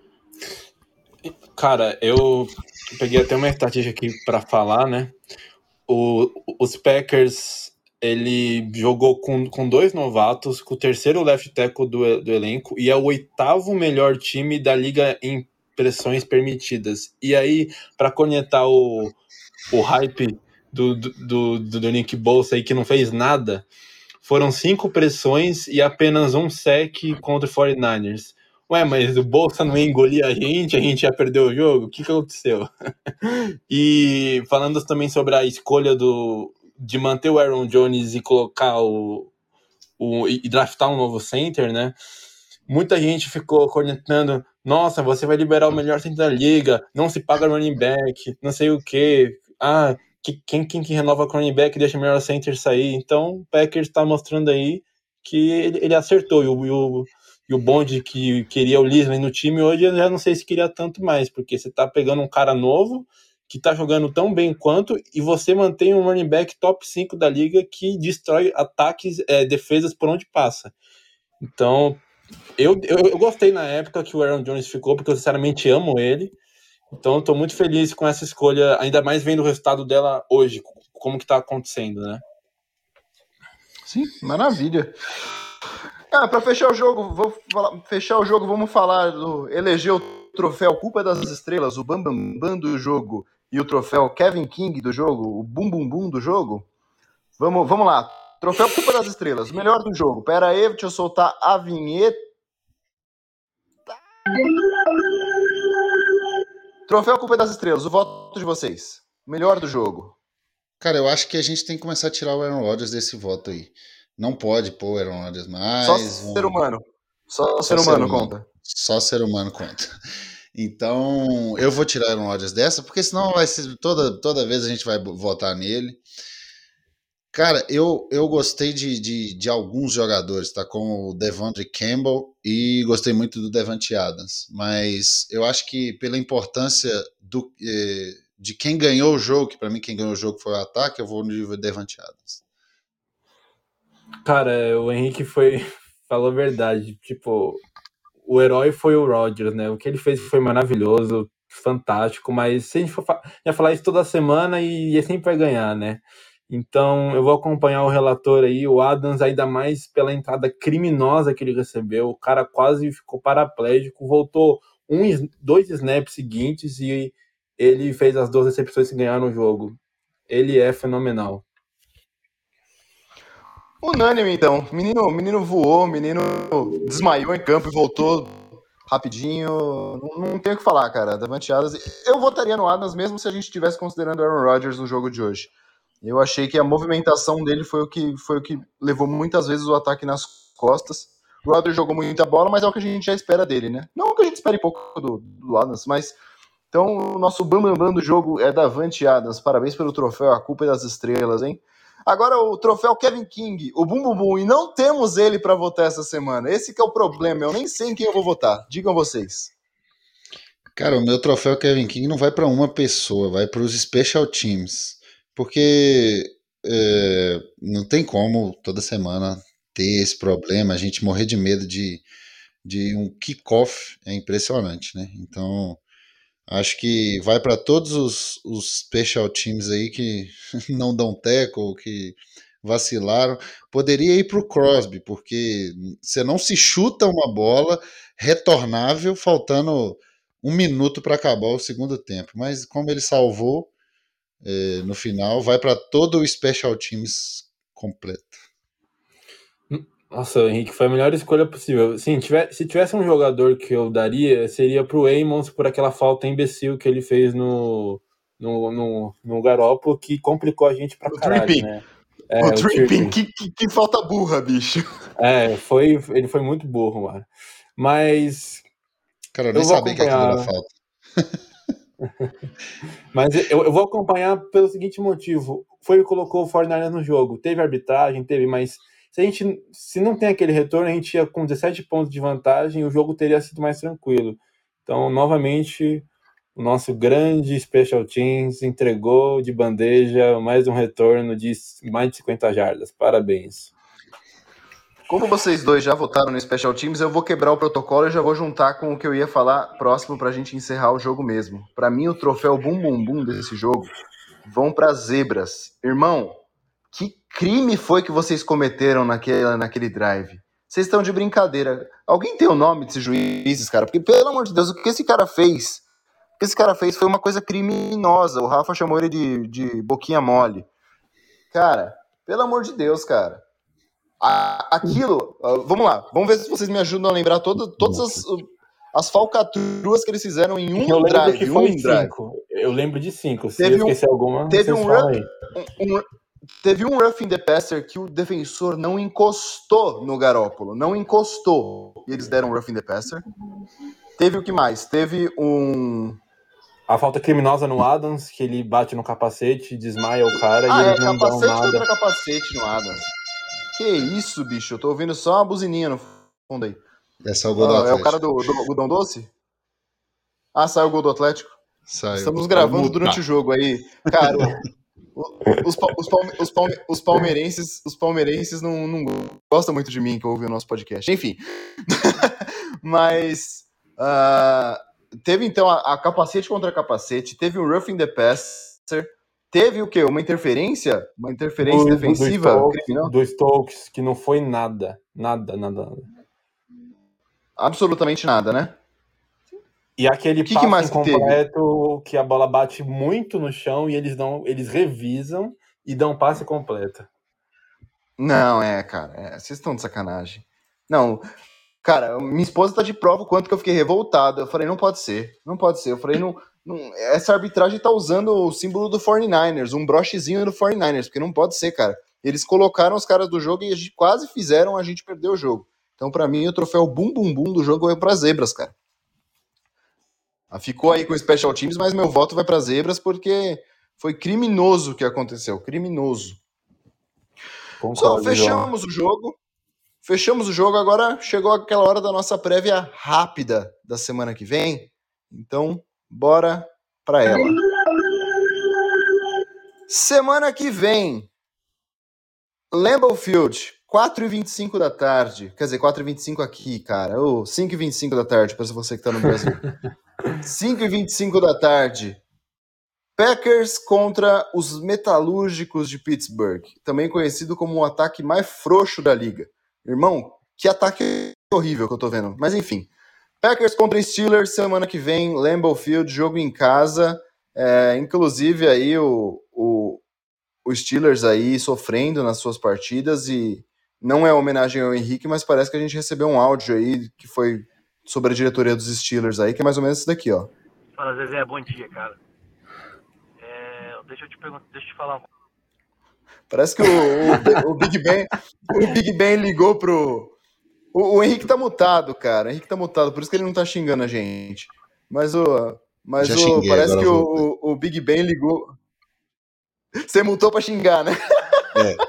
Cara, eu peguei até uma estatística aqui para falar, né? O, os Packers... Ele jogou com, com dois novatos, com o terceiro left tackle do, do elenco, e é o oitavo melhor time da liga em pressões permitidas. E aí, para conectar o, o hype do, do, do, do Nick Bosa aí, que não fez nada, foram cinco pressões e apenas um sec contra o forty-niners. Ué, mas o Bosa não ia engolir a gente, a gente ia perder o jogo? O que, que aconteceu? E falando também sobre a escolha do... de manter o Aaron Jones e colocar o, o, e draftar um novo center, né? Muita gente ficou cornetando, nossa, você vai liberar o melhor center da liga, não se paga running back, não sei o quê. Ah, que, quem, quem que renova running back deixa o melhor center sair? Então, o Packers está mostrando aí que ele, ele acertou. E o, e o, e o bonde que queria o Lisman no time, hoje eu já não sei se queria tanto mais, porque você tá pegando um cara novo, que tá jogando tão bem quanto, e você mantém um running back top cinco da liga que destrói ataques, é, defesas por onde passa. Então, eu, eu, eu gostei na época que o Aaron Jones ficou, porque eu sinceramente amo ele. Então, eu tô muito feliz com essa escolha, ainda mais vendo o resultado dela hoje, como que tá acontecendo, né? Sim, maravilha. Ah, para fechar o jogo, vou falar, fechar o jogo, vamos falar do eleger o troféu Culpa das Estrelas, o Bam Bam Bam do jogo, e o troféu Kevin King do jogo, o Bum Bum Bum do jogo. Vamos, vamos lá. Troféu Culpa das Estrelas, melhor do jogo. Pera aí, deixa eu soltar a vinheta. Troféu Culpa das Estrelas, o voto de vocês. Melhor do jogo. Cara, eu acho que a gente tem que começar a tirar o Aaron Rodgers desse voto aí. Não pode pôr o Aaron Rodgers mais. Só ser humano. Só, Só ser, humano, ser humano conta. Só ser humano conta. Então, eu vou tirar o Aaron Rodgers dessa, porque senão vai ser toda, toda vez a gente vai votar nele. Cara, eu, eu gostei de, de, de alguns jogadores, tá? Como o Devondre Campbell, e gostei muito do Davante Adams. Mas eu acho que pela importância do, eh, de quem ganhou o jogo, que pra mim quem ganhou o jogo foi o ataque, eu vou no nível Davante Adams. Cara, o Henrique foi, falou a verdade. Tipo, o herói foi o Rodgers, né? O que ele fez foi maravilhoso, fantástico, mas se a gente for fa- ia falar isso toda semana e ele sempre vai ganhar, né? Então, eu vou acompanhar o relator aí, o Adams, ainda mais pela entrada criminosa que ele recebeu. O cara quase ficou paraplégico, voltou um, dois snaps seguintes e ele fez as duas recepções que ganharam o jogo. Ele é fenomenal. Unânime, então. Menino, menino voou, menino desmaiou em campo e voltou rapidinho. Não, não tem o que falar, cara. Davante Adams. Eu votaria no Adams mesmo se a gente estivesse considerando Aaron Rodgers no jogo de hoje. Eu achei que a movimentação dele foi o que, foi o que levou muitas vezes o ataque nas costas. O Rodgers jogou muita bola, mas é o que a gente já espera dele, né? Não que a gente espere pouco do, do Adams, mas... Então, o nosso bambambam bam, bam do jogo é Davante Adams. Parabéns pelo troféu, a culpa é das estrelas, hein? Agora o troféu Kevin King, o Bum Bum Bum, e não temos ele para votar essa semana. Esse que é o problema, eu nem sei em quem eu vou votar. Digam vocês. Cara, o meu troféu Kevin King não vai para uma pessoa, vai para os Special Teams. Porque é, não tem como toda semana ter esse problema, a gente morrer de medo de, de um kickoff, é impressionante, né? Então, acho que vai para todos os, os special teams aí que não dão tackle, que vacilaram. Poderia ir para o Crosby, porque você não se chuta uma bola retornável faltando um minuto para acabar o segundo tempo. Mas como ele salvou, é, no final, vai para todo o special teams completo. Nossa, Henrique, foi a melhor escolha possível. Sim, tiver, se tivesse um jogador que eu daria, seria pro Amos por aquela falta imbecil que ele fez no, no, no, no Garoppolo, que complicou a gente pra caralho, tripping. né? É, o, o tripping, que, que, que falta burra, bicho. É, foi, ele foi muito burro, mano. Mas... Cara, eu nem sabia que aquilo era falta. Mas eu, eu vou acompanhar pelo seguinte motivo. Foi ele que colocou o quarenta e nove no jogo. Teve arbitragem, teve, mas se a gente se não tem aquele retorno, a gente ia com dezessete pontos de vantagem e o jogo teria sido mais tranquilo. Então, novamente, o nosso grande Special Teams entregou de bandeja mais um retorno de mais de cinquenta jardas. Parabéns. Como vocês dois já votaram no Special Teams, eu vou quebrar o protocolo e já vou juntar com o que eu ia falar próximo pra gente encerrar o jogo mesmo. Pra mim, o troféu Bum Bum Bum desse jogo vão para zebras. Irmão, que crime foi que vocês cometeram naquele, naquele drive? Vocês estão de brincadeira. Alguém tem o nome desses juízes, cara? Porque, pelo amor de Deus, o que esse cara fez? O que esse cara fez foi uma coisa criminosa. O Rafa chamou ele de, de boquinha mole. Cara, pelo amor de Deus, cara. Aquilo, vamos lá, vamos ver se vocês me ajudam a lembrar todo, todas as, as falcatruas que eles fizeram em um eu drive. Que foi um drive. Eu lembro de cinco, se teve eu esquecer um, alguma, teve vocês um falam run, aí. Um, um, teve um roughing the passer que o defensor não encostou no Garoppolo, não encostou, e eles deram roughing the passer. Teve o que mais? Teve um... A falta criminosa no Adams, que ele bate no capacete, desmaia o cara ah, e eles é, não dão capacete nada. contra capacete no Adams. Que isso, bicho, eu tô ouvindo só uma buzininha no fundo aí. É só o gol do Ah, é Atlético. o cara do, do algodão doce? Ah, saiu o gol do Atlético? Saiu. Estamos gravando durante o jogo aí. Cara, os, os, os, palme, os, palme, os palmeirenses, os palmeirenses não, não gostam muito de mim que ouvem o nosso podcast. Enfim. Mas uh, teve então a, a capacete contra capacete, teve um roughing the passer, teve o quê? Uma interferência? Uma interferência do, defensiva? Do Stokes, do Stokes, que não foi nada. Nada, nada, nada. Absolutamente nada, né? E aquele que passe que mais incompleto que, que a bola bate muito no chão e eles dão, eles revisam e dão passe completo. Não, é, cara, é, vocês estão de sacanagem. Não, cara, minha esposa tá de prova o quanto que eu fiquei revoltado. Eu falei, não pode ser, não pode ser. Eu falei, não, não, essa arbitragem tá usando o símbolo do forty-niners, um brochezinho do forty-niners, porque não pode ser, cara. Eles colocaram os caras do jogo e a gente quase fizeram a gente perder o jogo. Então, pra mim, o troféu bum bum bum do jogo vai pra zebras, cara. Ficou aí com o Special Teams, mas meu voto vai para zebras porque foi criminoso o que aconteceu. Criminoso. Concordo, Só fechamos João. o jogo. Fechamos o jogo. Agora chegou aquela hora da nossa prévia rápida da semana que vem. Então, bora para ela. Semana que vem, Lambeau Field, quatro e vinte e cinco da tarde. Quer dizer, quatro e vinte e cinco aqui, cara. Ou cinco e vinte e cinco da tarde, para você que está no Brasil. cinco e vinte e cinco da tarde, Packers contra os Metalúrgicos de Pittsburgh, também conhecido como o ataque mais frouxo da liga. Irmão, que ataque horrível que eu tô vendo. Mas enfim, Packers contra Steelers semana que vem, Lambeau Field, jogo em casa. É, inclusive aí o, o, o Steelers aí sofrendo nas suas partidas e não é homenagem ao Henrique, mas parece que a gente recebeu um áudio aí que foi sobre a diretoria dos Steelers aí, que é mais ou menos isso daqui, ó. Fala, Zezé, bom dia, cara. É, deixa eu te perguntar, deixa eu te falar uma coisa. Parece que o, o, o Big Ben o Big Ben ligou pro... O, o Henrique tá mutado, cara. O Henrique tá mutado, por isso que ele não tá xingando a gente. Mas o... Mas o, xinguei, parece que o, o, o Big Ben ligou... Você mutou pra xingar, né? É.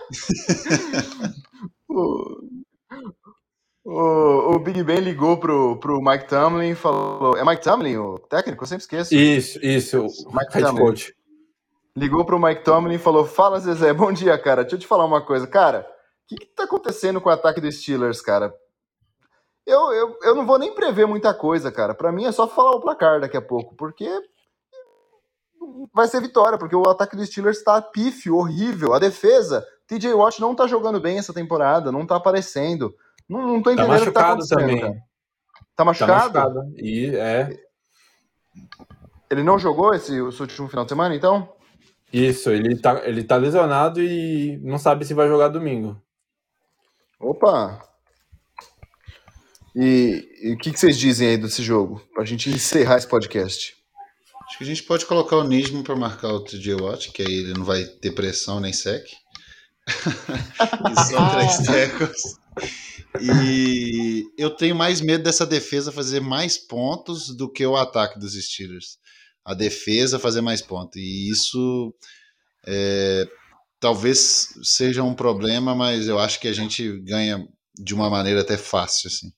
o... O, o Big Ben ligou pro, pro Mike Tomlin e falou... É Mike Tomlin, o técnico? Eu sempre esqueço. Isso, isso. Mike head Tomlin. Coach. Ligou pro Mike Tomlin e falou, fala, Zezé, bom dia, cara. Deixa eu te falar uma coisa. Cara, o que, que tá acontecendo com o ataque dos Steelers, cara? Eu, eu, eu não vou nem prever muita coisa, cara. Pra mim é só falar o placar daqui a pouco, porque vai ser vitória, porque o ataque dos Steelers tá pífio, horrível. A defesa, T J Watt não tá jogando bem essa temporada, não tá aparecendo. Não, não tô entendendo tá o que tá acontecendo, também. Cara. Tá machucado? Tá machucado. E é. Ele não jogou esse, esse último final de semana, então? Isso, ele tá, ele tá lesionado e não sabe se vai jogar domingo. Opa! E o que, que vocês dizem aí desse jogo? Pra gente encerrar esse podcast. Acho que a gente pode colocar o Nismo pra marcar o T J Watt, que aí ele não vai ter pressão nem sec. E só três tackles. E eu tenho mais medo dessa defesa fazer mais pontos do que o ataque dos Steelers. A defesa fazer mais pontos. E isso é, talvez seja um problema, mas eu acho que a gente ganha de uma maneira até fácil, assim.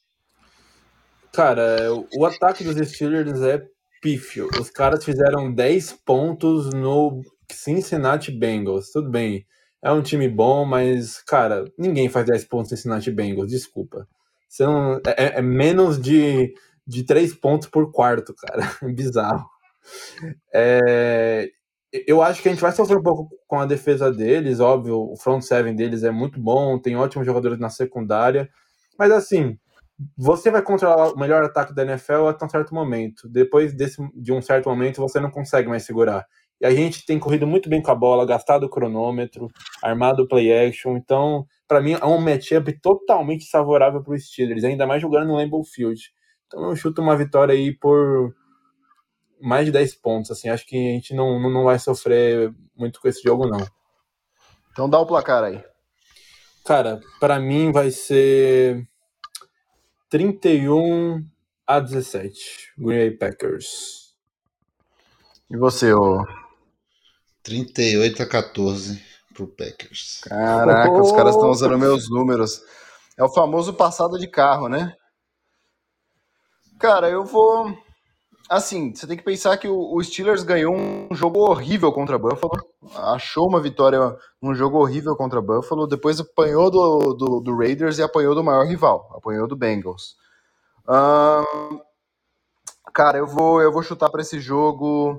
Cara, o ataque dos Steelers é pífio. Os caras fizeram dez pontos no Cincinnati Bengals. Tudo bem. É um time bom, mas, cara, ninguém faz dez pontos no Cincinnati Bengals, desculpa. Você não, é, é menos de, de três pontos por quarto, cara. É bizarro. É, eu acho que a gente vai sofrer um pouco com a defesa deles, óbvio, o front seven deles é muito bom, tem ótimos jogadores na secundária, mas assim, você vai controlar o melhor ataque da N F L até um certo momento. Depois desse, de um certo momento, você não consegue mais segurar. E a gente tem corrido muito bem com a bola, gastado o cronômetro, armado o play action. Então, para mim, é um matchup totalmente favorável para os Steelers, ainda mais jogando no Lambeau Field. Então, eu chuto uma vitória aí por mais de dez pontos. Assim, acho que a gente não, não vai sofrer muito com esse jogo, não. Então dá o placar aí. Cara, pra mim vai ser trinta e um a dezessete. Green Bay Packers. E você, ô? trinta e oito a quatorze pro Packers. Caraca, os caras estão usando meus números. É o famoso passado de carro, né? Cara, eu vou... Assim, você tem que pensar que o Steelers ganhou um jogo horrível contra Buffalo. Achou uma vitória num jogo horrível contra Buffalo. Depois apanhou do, do, do Raiders e apanhou do maior rival. Apanhou do Bengals. Hum, cara, eu vou, eu vou chutar para esse jogo...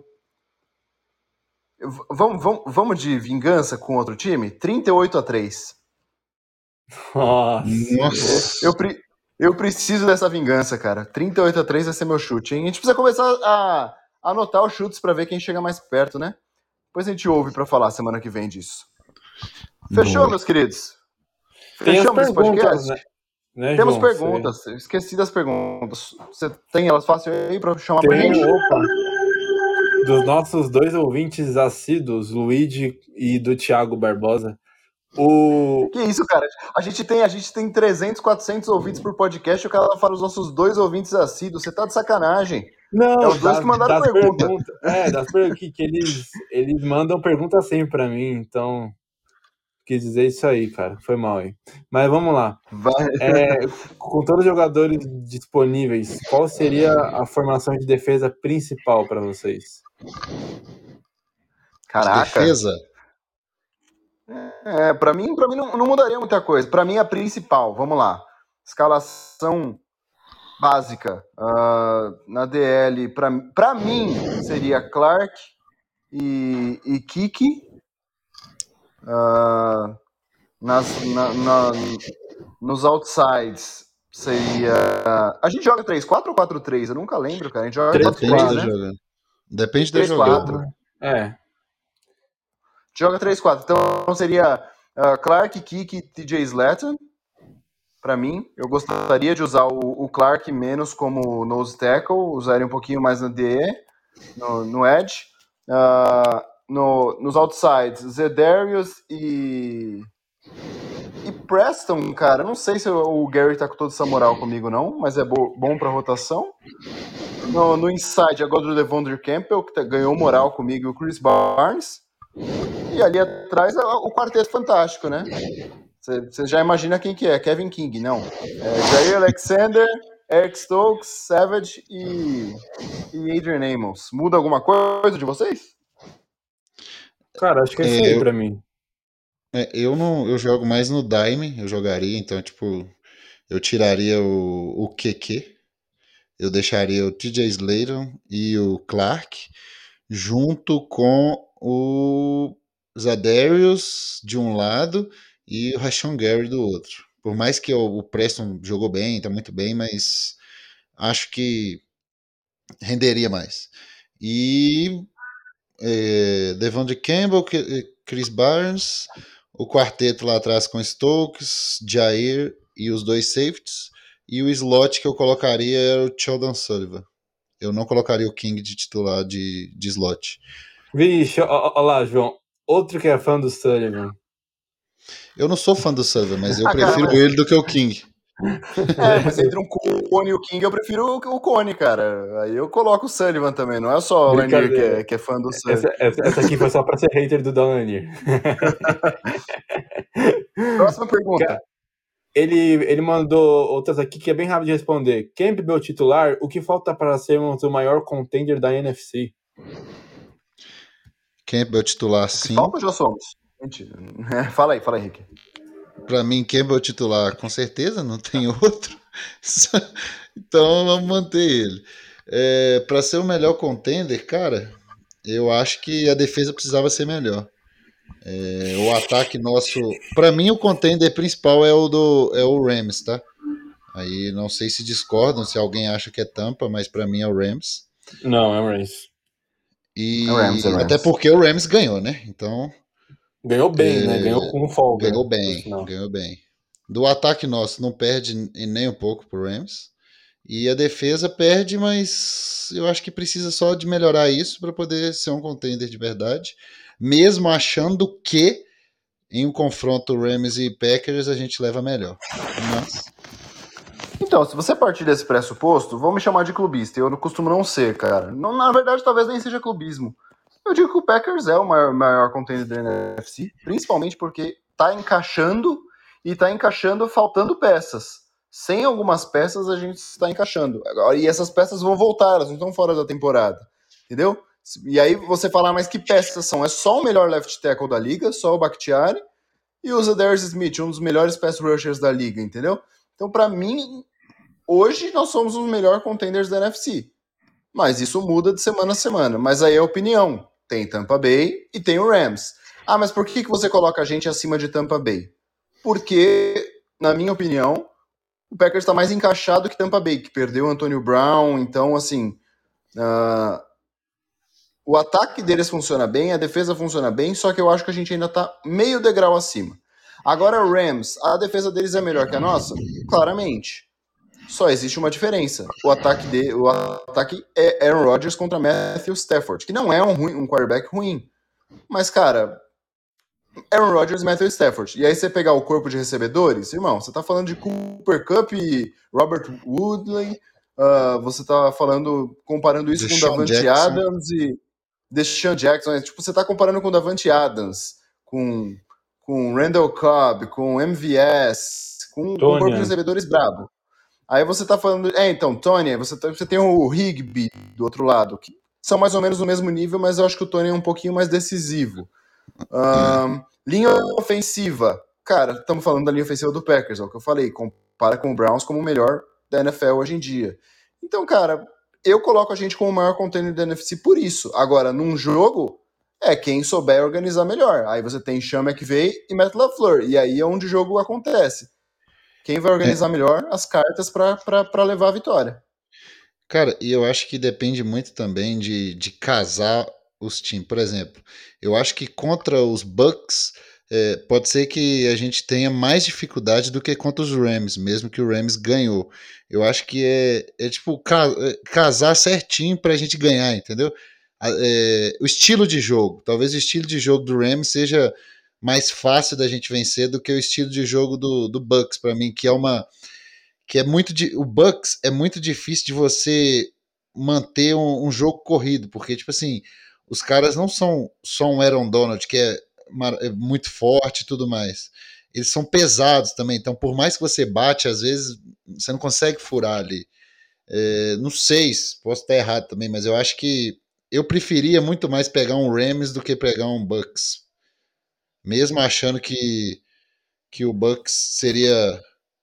Vamos, vamos, vamos de vingança com outro time? trinta e oito a três. Nossa. Nossa. Eu, pre- eu preciso dessa vingança, cara. trinta e oito a três vai ser meu chute, hein? A gente precisa começar a a anotar os chutes pra ver quem chega mais perto, né? Depois a gente ouve pra falar semana que vem disso. Fechou, Boa. meus queridos? Tem as Fechamos esse perguntas, podcast? né? Né, Temos João? perguntas. Eu esqueci das perguntas. Você tem elas fácil aí pra chamar pra Tem, gente? opa. Dos nossos dois ouvintes assíduos, Luigi e do Thiago Barbosa. O... Que isso, cara? A gente tem, a gente tem trezentos, quatrocentos ouvintes por podcast e o cara fala os nossos dois ouvintes assíduos. Você tá de sacanagem. Não, É os dois das, que mandaram das pergunta. perguntas. É, das perguntas que, que eles, eles mandam pergunta sempre pra mim, então quis dizer isso aí, cara. Foi mal aí. Mas vamos lá. Vai. É, com todos os jogadores disponíveis, qual seria a formação de defesa principal pra vocês? Caraca. Defesa? É, pra mim, pra mim não, não mudaria muita coisa. Pra mim, a principal, vamos lá. Escalação básica. Ah, na D L, pra, pra mim, seria Clark e, e Kiki. Ah, nas, na, na- nos outsides, seria... A gente joga três quatro ou quatro três? Eu nunca lembro, cara. A gente joga três quatro Depende três, da né? jogada. Depende da três jogada. quatro. É, Joga três quatro. Então seria ah, Clark, Kiki, T J Slatton. Pra mim, eu gostaria de usar o, o Clark menos como nose tackle, usaria um pouquinho mais na D E, no, no edge. Ah, no, nos outsides, Zedarius e e Preston, cara. Eu não sei se o Gary tá com toda essa moral comigo, não, mas é bo, bom pra rotação. No, no inside, agora do Devondre Campbell, que tá- ganhou moral comigo, e o Chris Barnes. E ali atrás é o quarteto fantástico, né? Você já imagina quem que é, Kevin King, não. É Jair Alexander, Eric Stokes, Savage e, e Adrian Amos. Muda alguma coisa de vocês? cara, acho que é isso É, aí eu- pra mim. É, eu não, eu jogo mais no Dime, eu jogaria, então, tipo, eu tiraria o, o Q Q, eu deixaria o T J Slaton e o Clark junto com o Zadarius de um lado e o Rashawn Gary do outro. Por mais que o, o Preston jogou bem, tá muito bem, mas acho que renderia mais. E é, Devondre Campbell, K- Chris Barnes, o quarteto lá atrás com Stokes, Jair e os dois safeties, e o slot que eu colocaria era o Sheldon Sullivan. Eu não colocaria o King de titular de, de slot. Vixe, ó, ó, ó lá, João. Outro que é fã do Sullivan. Eu não sou fã do Sullivan, mas eu Ah, cara, prefiro mas- ele do que o King. É, mas entre um Cone e o King, eu prefiro o, o Cone, cara. Aí eu coloco o Sullivan também, não é só o Lanier que é, que é fã do Sullivan. Essa, essa, essa aqui foi só pra ser hater do Dan Lanier. Próxima pergunta. Cara, Ele, ele mandou outras aqui que é bem rápido de responder. Campbell titular, o que falta para sermos o maior contender da N F C? Campbell titular, sim. Falta ou já somos? Mentira. Fala aí, fala aí, Henrique. Pra mim, Campbell titular, com certeza, não tem outro. Então vamos manter ele. É, para ser o melhor contender, cara, eu acho que a defesa precisava ser melhor. É, o ataque nosso, pra mim o contender principal é o do é o Rams, tá? Aí não sei se discordam, se alguém acha que é Tampa, mas pra mim é o Rams. Não, é o Rams. E É o Rams, é o Rams. até porque o Rams ganhou, né? Então Ganhou bem, É, né? Ganhou com folga. ganhou por bem, sinal. ganhou bem. Do ataque nosso não perde em nem um pouco pro Rams. E a defesa perde, mas eu acho que precisa só de melhorar isso para poder ser um contender de verdade. Mesmo achando que em um confronto Rams e Packers a gente leva melhor. Mas... Então, se você partir desse pressuposto, vou me chamar de clubista. Eu não costumo não ser, cara. Não, na verdade, talvez nem seja clubismo. Eu digo que o Packers é o maior, maior contender da N F C, principalmente porque tá encaixando e tá encaixando faltando peças. Sem algumas peças a gente está encaixando. Agora, e essas peças vão voltar, elas não estão fora da temporada. Entendeu? E aí você fala, mas que peças são? É só o melhor left tackle da liga, só o Bakhtiari, e o Zadarius Smith, um dos melhores pass rushers da liga, entendeu? Então, pra mim, hoje nós somos os melhores contenders da N F C. Mas isso muda de semana a semana. Mas aí é opinião. Tem Tampa Bay e tem o Rams. Ah, mas por que, que você coloca a gente acima de Tampa Bay? Porque, na minha opinião, o Packers está mais encaixado que Tampa Bay, que perdeu o Antonio Brown. Então, assim, uh, o ataque deles funciona bem, a defesa funciona bem, só que eu acho que a gente ainda está meio degrau acima. Agora, o Rams, a defesa deles é melhor que a nossa? Claramente. Só existe uma diferença. O ataque, de, o ataque é Aaron Rodgers contra Matthew Stafford, que não é um, ruim, um quarterback ruim. Mas, cara, Aaron Rodgers e Matthew Stafford. E aí você pegar o corpo de recebedores, irmão, você tá falando de Cooper Kupp e Robert Woodley, uh, você tá falando, comparando isso Deshaun com o Davante Jackson. Adams e Deshaun Jackson. É, tipo, você tá comparando com o Davante Adams, com, com Randall Cobb, com M V S, com, com um corpo de recebedores brabo. Aí você tá falando... É, então, Tony, você, tá, você tem o Higbee do outro lado, que são mais ou menos no mesmo nível, mas eu acho que o Tony é um pouquinho mais decisivo. Um, linha ofensiva. Cara, estamos falando da linha ofensiva do Packers, é o que eu falei. Compara com o Browns como o melhor da N F L hoje em dia. Então, cara, eu coloco a gente como o maior contender da N F C por isso. Agora, num jogo, é quem souber organizar melhor. Aí você tem Sean McVay e Matt LaFleur. E aí é onde o jogo acontece. Quem vai organizar é. melhor as cartas para levar a vitória. Cara, e eu acho que depende muito também de, de casar os times. Por exemplo, eu acho que contra os Bucks é, pode ser que a gente tenha mais dificuldade do que contra os Rams, mesmo que o Rams ganhou. Eu acho que é, é tipo casar certinho pra gente ganhar, entendeu? É, o estilo de jogo. Talvez o estilo de jogo do Rams seja mais fácil da gente vencer do que o estilo de jogo do, do Bucks, para mim, que é uma que é muito de, o Bucks é muito difícil de você manter um, um jogo corrido, porque tipo assim, os caras não são só um Aaron Donald que é, é muito forte e tudo mais, eles são pesados também, então por mais que você bate, às vezes você não consegue furar ali. É, não sei, posso estar errado também, mas eu acho que eu preferia muito mais pegar um Rams do que pegar um Bucks. Mesmo achando que, que o Bucks seria,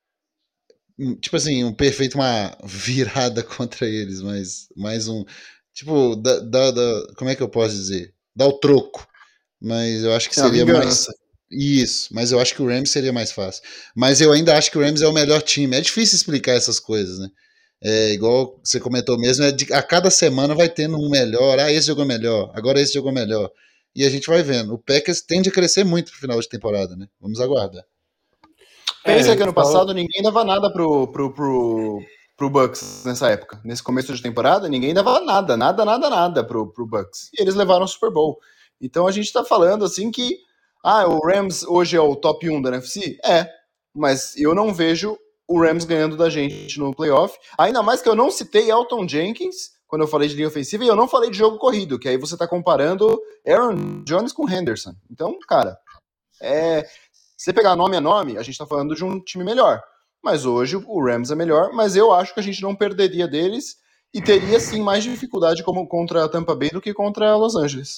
tipo assim, um perfeito, uma virada contra eles, mas mais um, tipo, da, da, da, como é que eu posso dizer? Dá o troco, mas eu acho que seria mais... Isso, mas eu acho que o Rams seria mais fácil. Mas eu ainda acho que o Rams é o melhor time. É difícil explicar essas coisas, né? É igual você comentou mesmo, é de, a cada semana vai tendo um melhor, ah, esse jogou melhor, agora esse jogou melhor. E a gente vai vendo. O Packers tende a crescer muito pro final de temporada, né? Vamos aguardar. Pensa é, que ano só... passado ninguém dava nada pro, pro, pro, pro Bucks nessa época. Nesse começo de temporada, ninguém dava nada, nada, nada, nada pro, pro Bucks. E eles levaram o Super Bowl. Então a gente tá falando assim que ah, o Rams hoje é o top um da N F C? É, mas eu não vejo o Rams ganhando da gente no playoff. Ainda mais que eu não citei Elton Jenkins quando eu falei de linha ofensiva, e eu não falei de jogo corrido, que aí você tá comparando Aaron Jones com Henderson. Então, cara, é, se você pegar nome a nome, a gente tá falando de um time melhor. Mas hoje o Rams é melhor, mas eu acho que a gente não perderia deles e teria sim mais dificuldade como contra a Tampa Bay do que contra Los Angeles.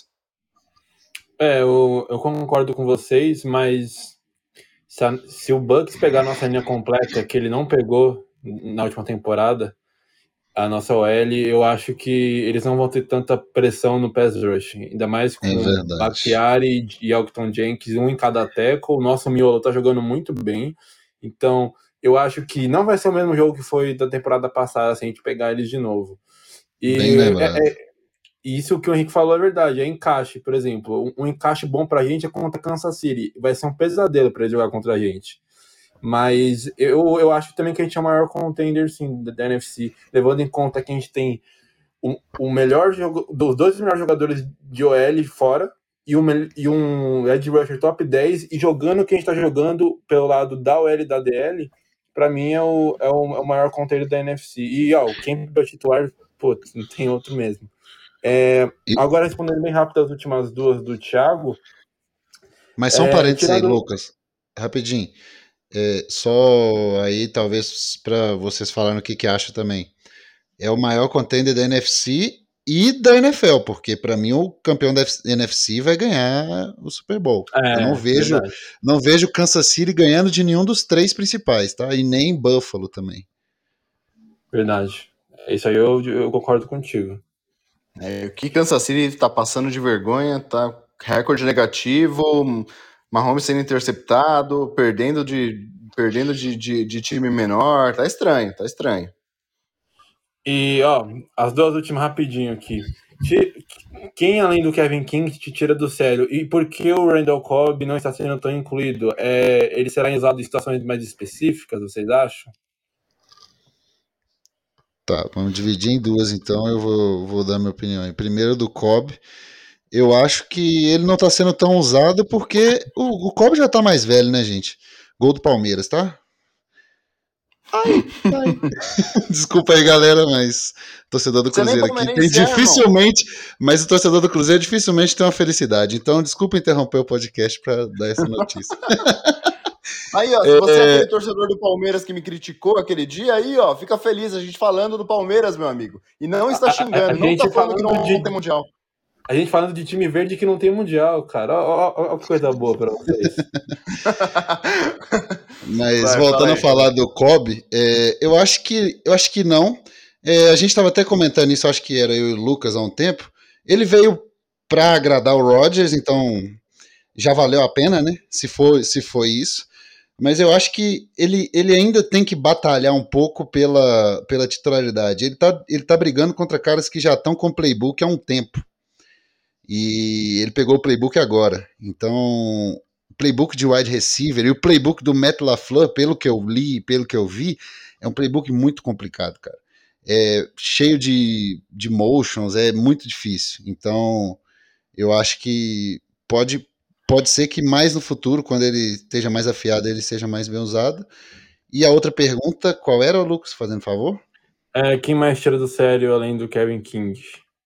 É, eu, eu concordo com vocês, mas se, a, se o Bucks pegar a nossa linha completa, que ele não pegou na última temporada, a nossa O L, eu acho que eles não vão ter tanta pressão no pass rush, ainda mais com é Bakhtiari e Elton Jenkins, um em cada tackle. O nosso miolo tá jogando muito bem, então eu acho que não vai ser o mesmo jogo que foi da temporada passada se a gente pegar eles de novo. E é, é, isso que o Henrique falou é verdade, é encaixe, por exemplo, um, um encaixe bom pra gente é contra Kansas City, vai ser um pesadelo pra ele jogar contra a gente. Mas eu, eu acho também que a gente é o maior contender, sim, da N F C, levando em conta que a gente tem o, o melhor jogo, dos dois melhores jogadores de O L fora, e um, e um edge rusher top dez e jogando o que a gente tá jogando pelo lado da O L e da D L, pra mim é o, é o, é o maior contender da N F C. E, ó, quem é o titular, pô, não tem outro mesmo. É, agora, respondendo bem rápido as últimas duas do Thiago. Mas só um é, parênteses tirando... aí, Lucas. Rapidinho. É, só aí, talvez, para vocês falarem o que, que acham também. É o maior contender da N F C e da N F L, porque para mim o campeão da N F C vai ganhar o Super Bowl. É, Eu não vejo, verdade. não vejo Kansas City ganhando de nenhum dos três principais, tá? E nem Buffalo também. Verdade. Isso aí eu, eu concordo contigo. É, o que Kansas City tá passando de vergonha, tá recorde negativo, Mahomes sendo interceptado, perdendo de, perdendo de, de, de time menor, tá estranho, tá estranho. E, ó, as duas últimas rapidinho aqui. Quem, além do Kevin King, te tira do sério? E por que o Randall Cobb não está sendo tão incluído? É, ele será usado em situações mais específicas, vocês acham? Tá, vamos dividir em duas, então eu vou, vou dar minha opinião. Primeiro do Cobb. Eu acho que ele não está sendo tão usado porque o, o Cobb já está mais velho, né, gente? Gol do Palmeiras, tá? Ai, ai. Desculpa aí, galera, mas o torcedor do Cruzeiro aqui tem dificilmente, mas o torcedor do Cruzeiro dificilmente tem uma felicidade. Então, desculpa interromper o podcast para dar essa notícia. Aí, ó, se você é... é aquele torcedor do Palmeiras que me criticou aquele dia, aí, ó, fica feliz a gente falando do Palmeiras, meu amigo. E não está xingando, a, a, a não está falando, falando que não, de... não tem mundial. A gente falando de time verde que não tem mundial, cara. Olha que coisa boa pra vocês. Mas vai, voltando a falar do Cobb, é, eu acho que eu acho que não. É, a gente estava até comentando isso, acho que era eu e o Lucas há um tempo. Ele veio para agradar o Rodgers, então já valeu a pena, né? Se for, se foi isso. Mas eu acho que ele, ele ainda tem que batalhar um pouco pela, pela titularidade. Ele tá, ele tá brigando contra caras que já estão com playbook há um tempo. E ele pegou o playbook agora. Então, o playbook de wide receiver e o playbook do Matt LaFleur, pelo que eu li, pelo que eu vi, é um playbook muito complicado, cara. É cheio de, de motions, é muito difícil. Então, eu acho que pode, pode ser que mais no futuro, quando ele esteja mais afiado, ele seja mais bem usado. E a outra pergunta, qual era, Lucas, fazendo favor? É, quem mais tira do sério além do Kevin King?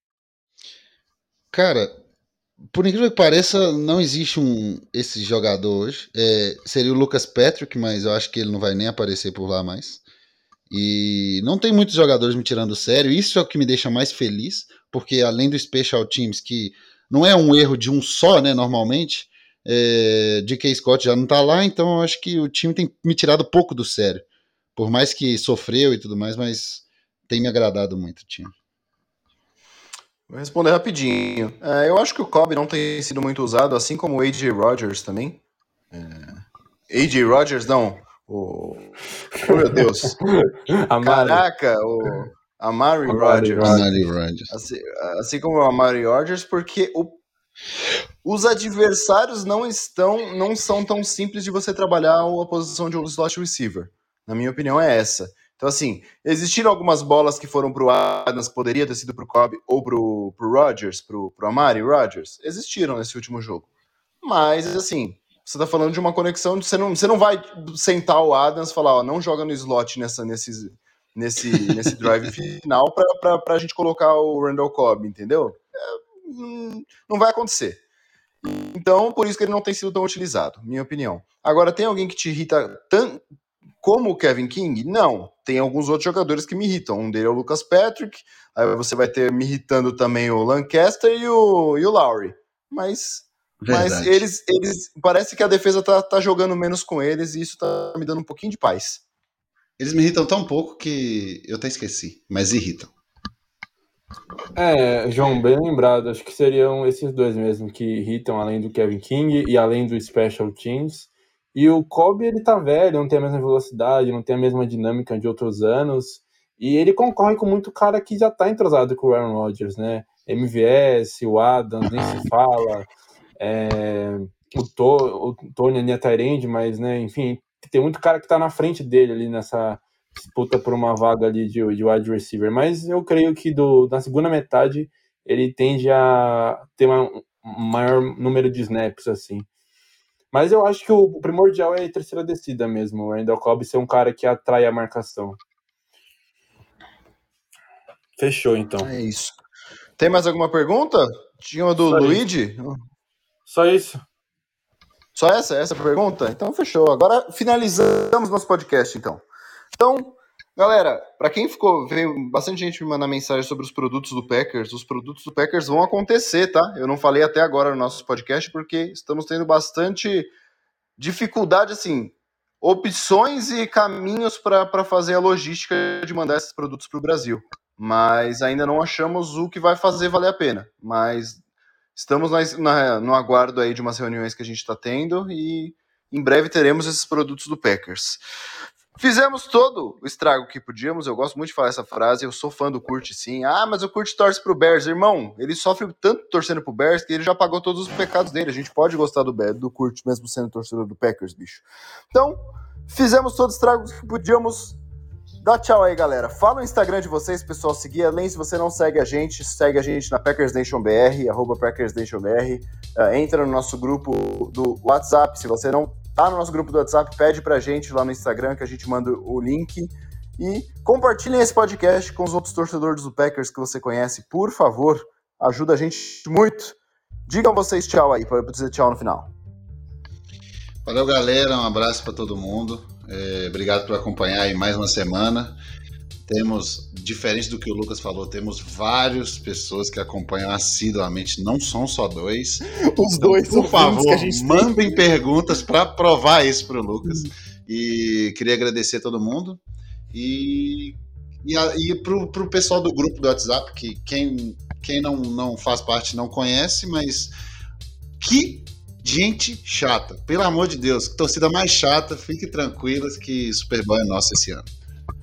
Cara, por incrível que pareça, não existe um esse jogador hoje. É, seria o Lucas Patrick, mas eu acho que ele não vai nem aparecer por lá mais. E não tem muitos jogadores me tirando do sério. Isso é o que me deixa mais feliz, porque além do Special Teams, que não é um erro de um só, né, normalmente, é, D K Scott já não tá lá, então eu acho que o time tem me tirado pouco do sério. Por mais que sofreu e tudo mais, mas tem me agradado muito o time. Vou responder rapidinho. É, eu acho que o Cobb não tem sido muito usado, assim como o A J Rodgers também. É... A J Rodgers, não. O... Oh, meu Deus. Caraca, o Amari Rodgers. Amari Rodgers. Assim, assim como o Amari Rodgers, porque o... os adversários não estão, não são tão simples de você trabalhar a posição de um slot receiver. Na minha opinião, é essa. Então, assim, existiram algumas bolas que foram pro Adams, que poderia ter sido pro Cobb ou pro, pro Rodgers, pro, pro Amari Rodgers. Existiram nesse último jogo. Mas, assim, você tá falando de uma conexão, de, você, não, você não vai sentar o Adams e falar, ó, não joga no slot nessa, nesse, nesse, nesse drive final pra, pra, pra gente colocar o Randall Cobb, entendeu? É, não vai acontecer. Então, por isso que ele não tem sido tão utilizado, minha opinião. Agora, tem alguém que te irrita tanto como o Kevin King? Não. Tem alguns outros jogadores que me irritam. Um deles é o Lucas Patrick, aí você vai ter me irritando também o Lancaster e o, e o Lowry. Mas, mas eles, eles. Parece que a defesa tá, tá jogando menos com eles e isso tá me dando um pouquinho de paz. Eles me irritam tão pouco que eu até esqueci, mas irritam. É, João, bem lembrado. Acho que seriam esses dois mesmo que irritam, além do Kevin King e além do Special Teams. E o Cobb, ele tá velho, não tem a mesma velocidade, não tem a mesma dinâmica de outros anos. E ele concorre com muito cara que já tá entrosado com o Aaron Rodgers, né? M V S, o Adams, nem se fala. É, o, to, o Tony é Tyrande, mas, né, enfim, tem muito cara que tá na frente dele ali nessa disputa por uma vaga ali de, de wide receiver. Mas eu creio que do, na segunda metade ele tende a ter uma, maior número de snaps, assim. Mas eu acho que o primordial é a terceira descida mesmo. O Randall Cobb ser um cara que atrai a marcação. Fechou, então. É isso. Tem mais alguma pergunta? Tinha uma do Só Luigi? Isso. Só isso. Só essa? Essa pergunta? Então, fechou. Agora finalizamos nosso podcast, então. Então, galera, para quem ficou, veio bastante gente me mandar mensagem sobre os produtos do Packers. Os produtos do Packers vão acontecer, tá? Eu não falei até agora no nosso podcast porque estamos tendo bastante dificuldade, assim, opções e caminhos para fazer a logística de mandar esses produtos para o Brasil. Mas ainda não achamos o que vai fazer valer a pena. Mas estamos na, na, no aguardo aí de umas reuniões que a gente está tendo e em breve teremos esses produtos do Packers. Fizemos todo o estrago que podíamos, eu gosto muito de falar essa frase, eu sou fã do Kurt, sim. Ah, mas o Kurt torce pro Bears. Irmão, ele sofre tanto torcendo pro Bears que ele já pagou todos os pecados dele. A gente pode gostar do, do Kurt mesmo sendo torcedor do Packers, bicho. Então, fizemos todo o estrago que podíamos. Dá tchau aí, galera. Fala o Instagram de vocês, pessoal, seguir. Além, se você não segue a gente, segue a gente na Packers Nation B R, arroba Packers Nation B R. Uh, entra no nosso grupo do WhatsApp. Se você não tá no nosso grupo do WhatsApp, pede pra gente lá no Instagram que a gente manda o link. E compartilhem esse podcast com os outros torcedores do Packers que você conhece, por favor. Ajuda a gente muito. Digam vocês tchau aí, para eu dizer tchau no final. Valeu, galera. Um abraço para todo mundo. É, obrigado por acompanhar aí mais uma semana. Temos, diferente do que o Lucas falou, temos várias pessoas que acompanham assiduamente, não são só dois. Os então, dois, por favor, que a gente mandem tem. perguntas para provar isso para o Lucas. E queria agradecer a todo mundo. E, e, e para o pessoal do grupo do WhatsApp, que quem, quem não, não faz parte não conhece, mas que gente chata, pelo amor de Deus, que torcida mais chata, fiquem tranquilas que Super Bowl é nosso esse ano.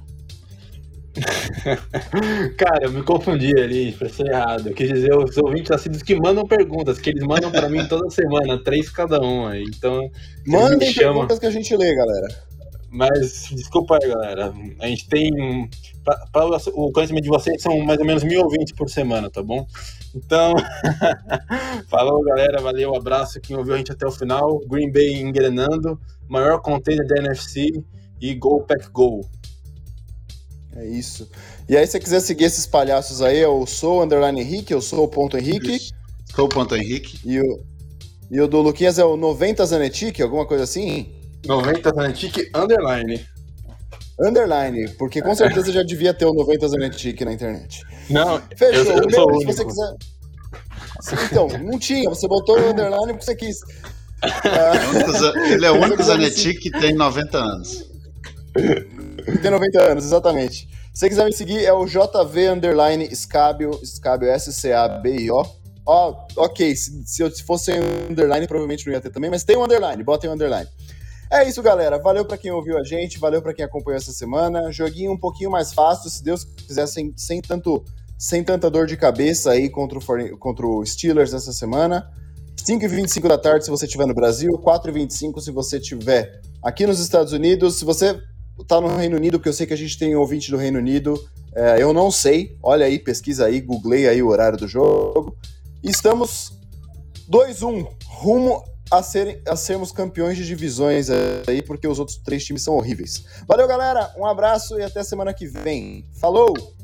Cara, eu me confundi ali, expressei errado. Eu quis dizer os ouvintes assíduos que mandam perguntas, que eles mandam pra mim toda semana, três cada um aí. Então, mandem perguntas que a gente lê, galera. Mas, desculpa aí, galera. A gente tem. Pra, pra, o conhecimento de vocês são mais ou menos mil ouvintes por semana, tá bom? Então, falou, galera. Valeu, abraço. Quem ouviu a gente até o final. Green Bay engrenando, maior contender da N F C e Go Pack Go. É isso. E aí, se você quiser seguir esses palhaços aí, eu sou o underline Henrique, eu sou o ponto Henrique. Sou o ponto Henrique. E o, e o do Luquinhas é o noventa Zanetic, alguma coisa assim? noventa Zanetic underline. Underline, porque com certeza já devia ter o noventa Zanetic na internet. Não, fechou. Eu, eu o meu, se você quiser. Então, não tinha, você botou o underline porque você quis. Ele é o único Zanetic que tem noventa anos. Tem noventa anos, exatamente. Se você quiser me seguir, é o J V underline Scabio, Scabio S C A B I O. Ó, ok, se, se eu se fosse underline, provavelmente não ia ter também, mas tem um underline, botem um underline. É isso, galera. Valeu pra quem ouviu a gente, valeu pra quem acompanhou essa semana. Joguinho um pouquinho mais fácil, se Deus quiser, sem, sem, tanto, sem tanta dor de cabeça aí contra o, contra o Steelers essa semana. cinco e vinte e cinco da tarde se você estiver no Brasil, quatro e vinte e cinco se você estiver aqui nos Estados Unidos. Se você tá no Reino Unido, porque eu sei que a gente tem um ouvinte do Reino Unido, é, eu não sei. Olha aí, pesquisa aí, googlei aí o horário do jogo. Estamos dois a um, rumo a, serem, a sermos campeões de divisões aí, porque os outros três times são horríveis. Valeu, galera, um abraço e até semana que vem. Falou!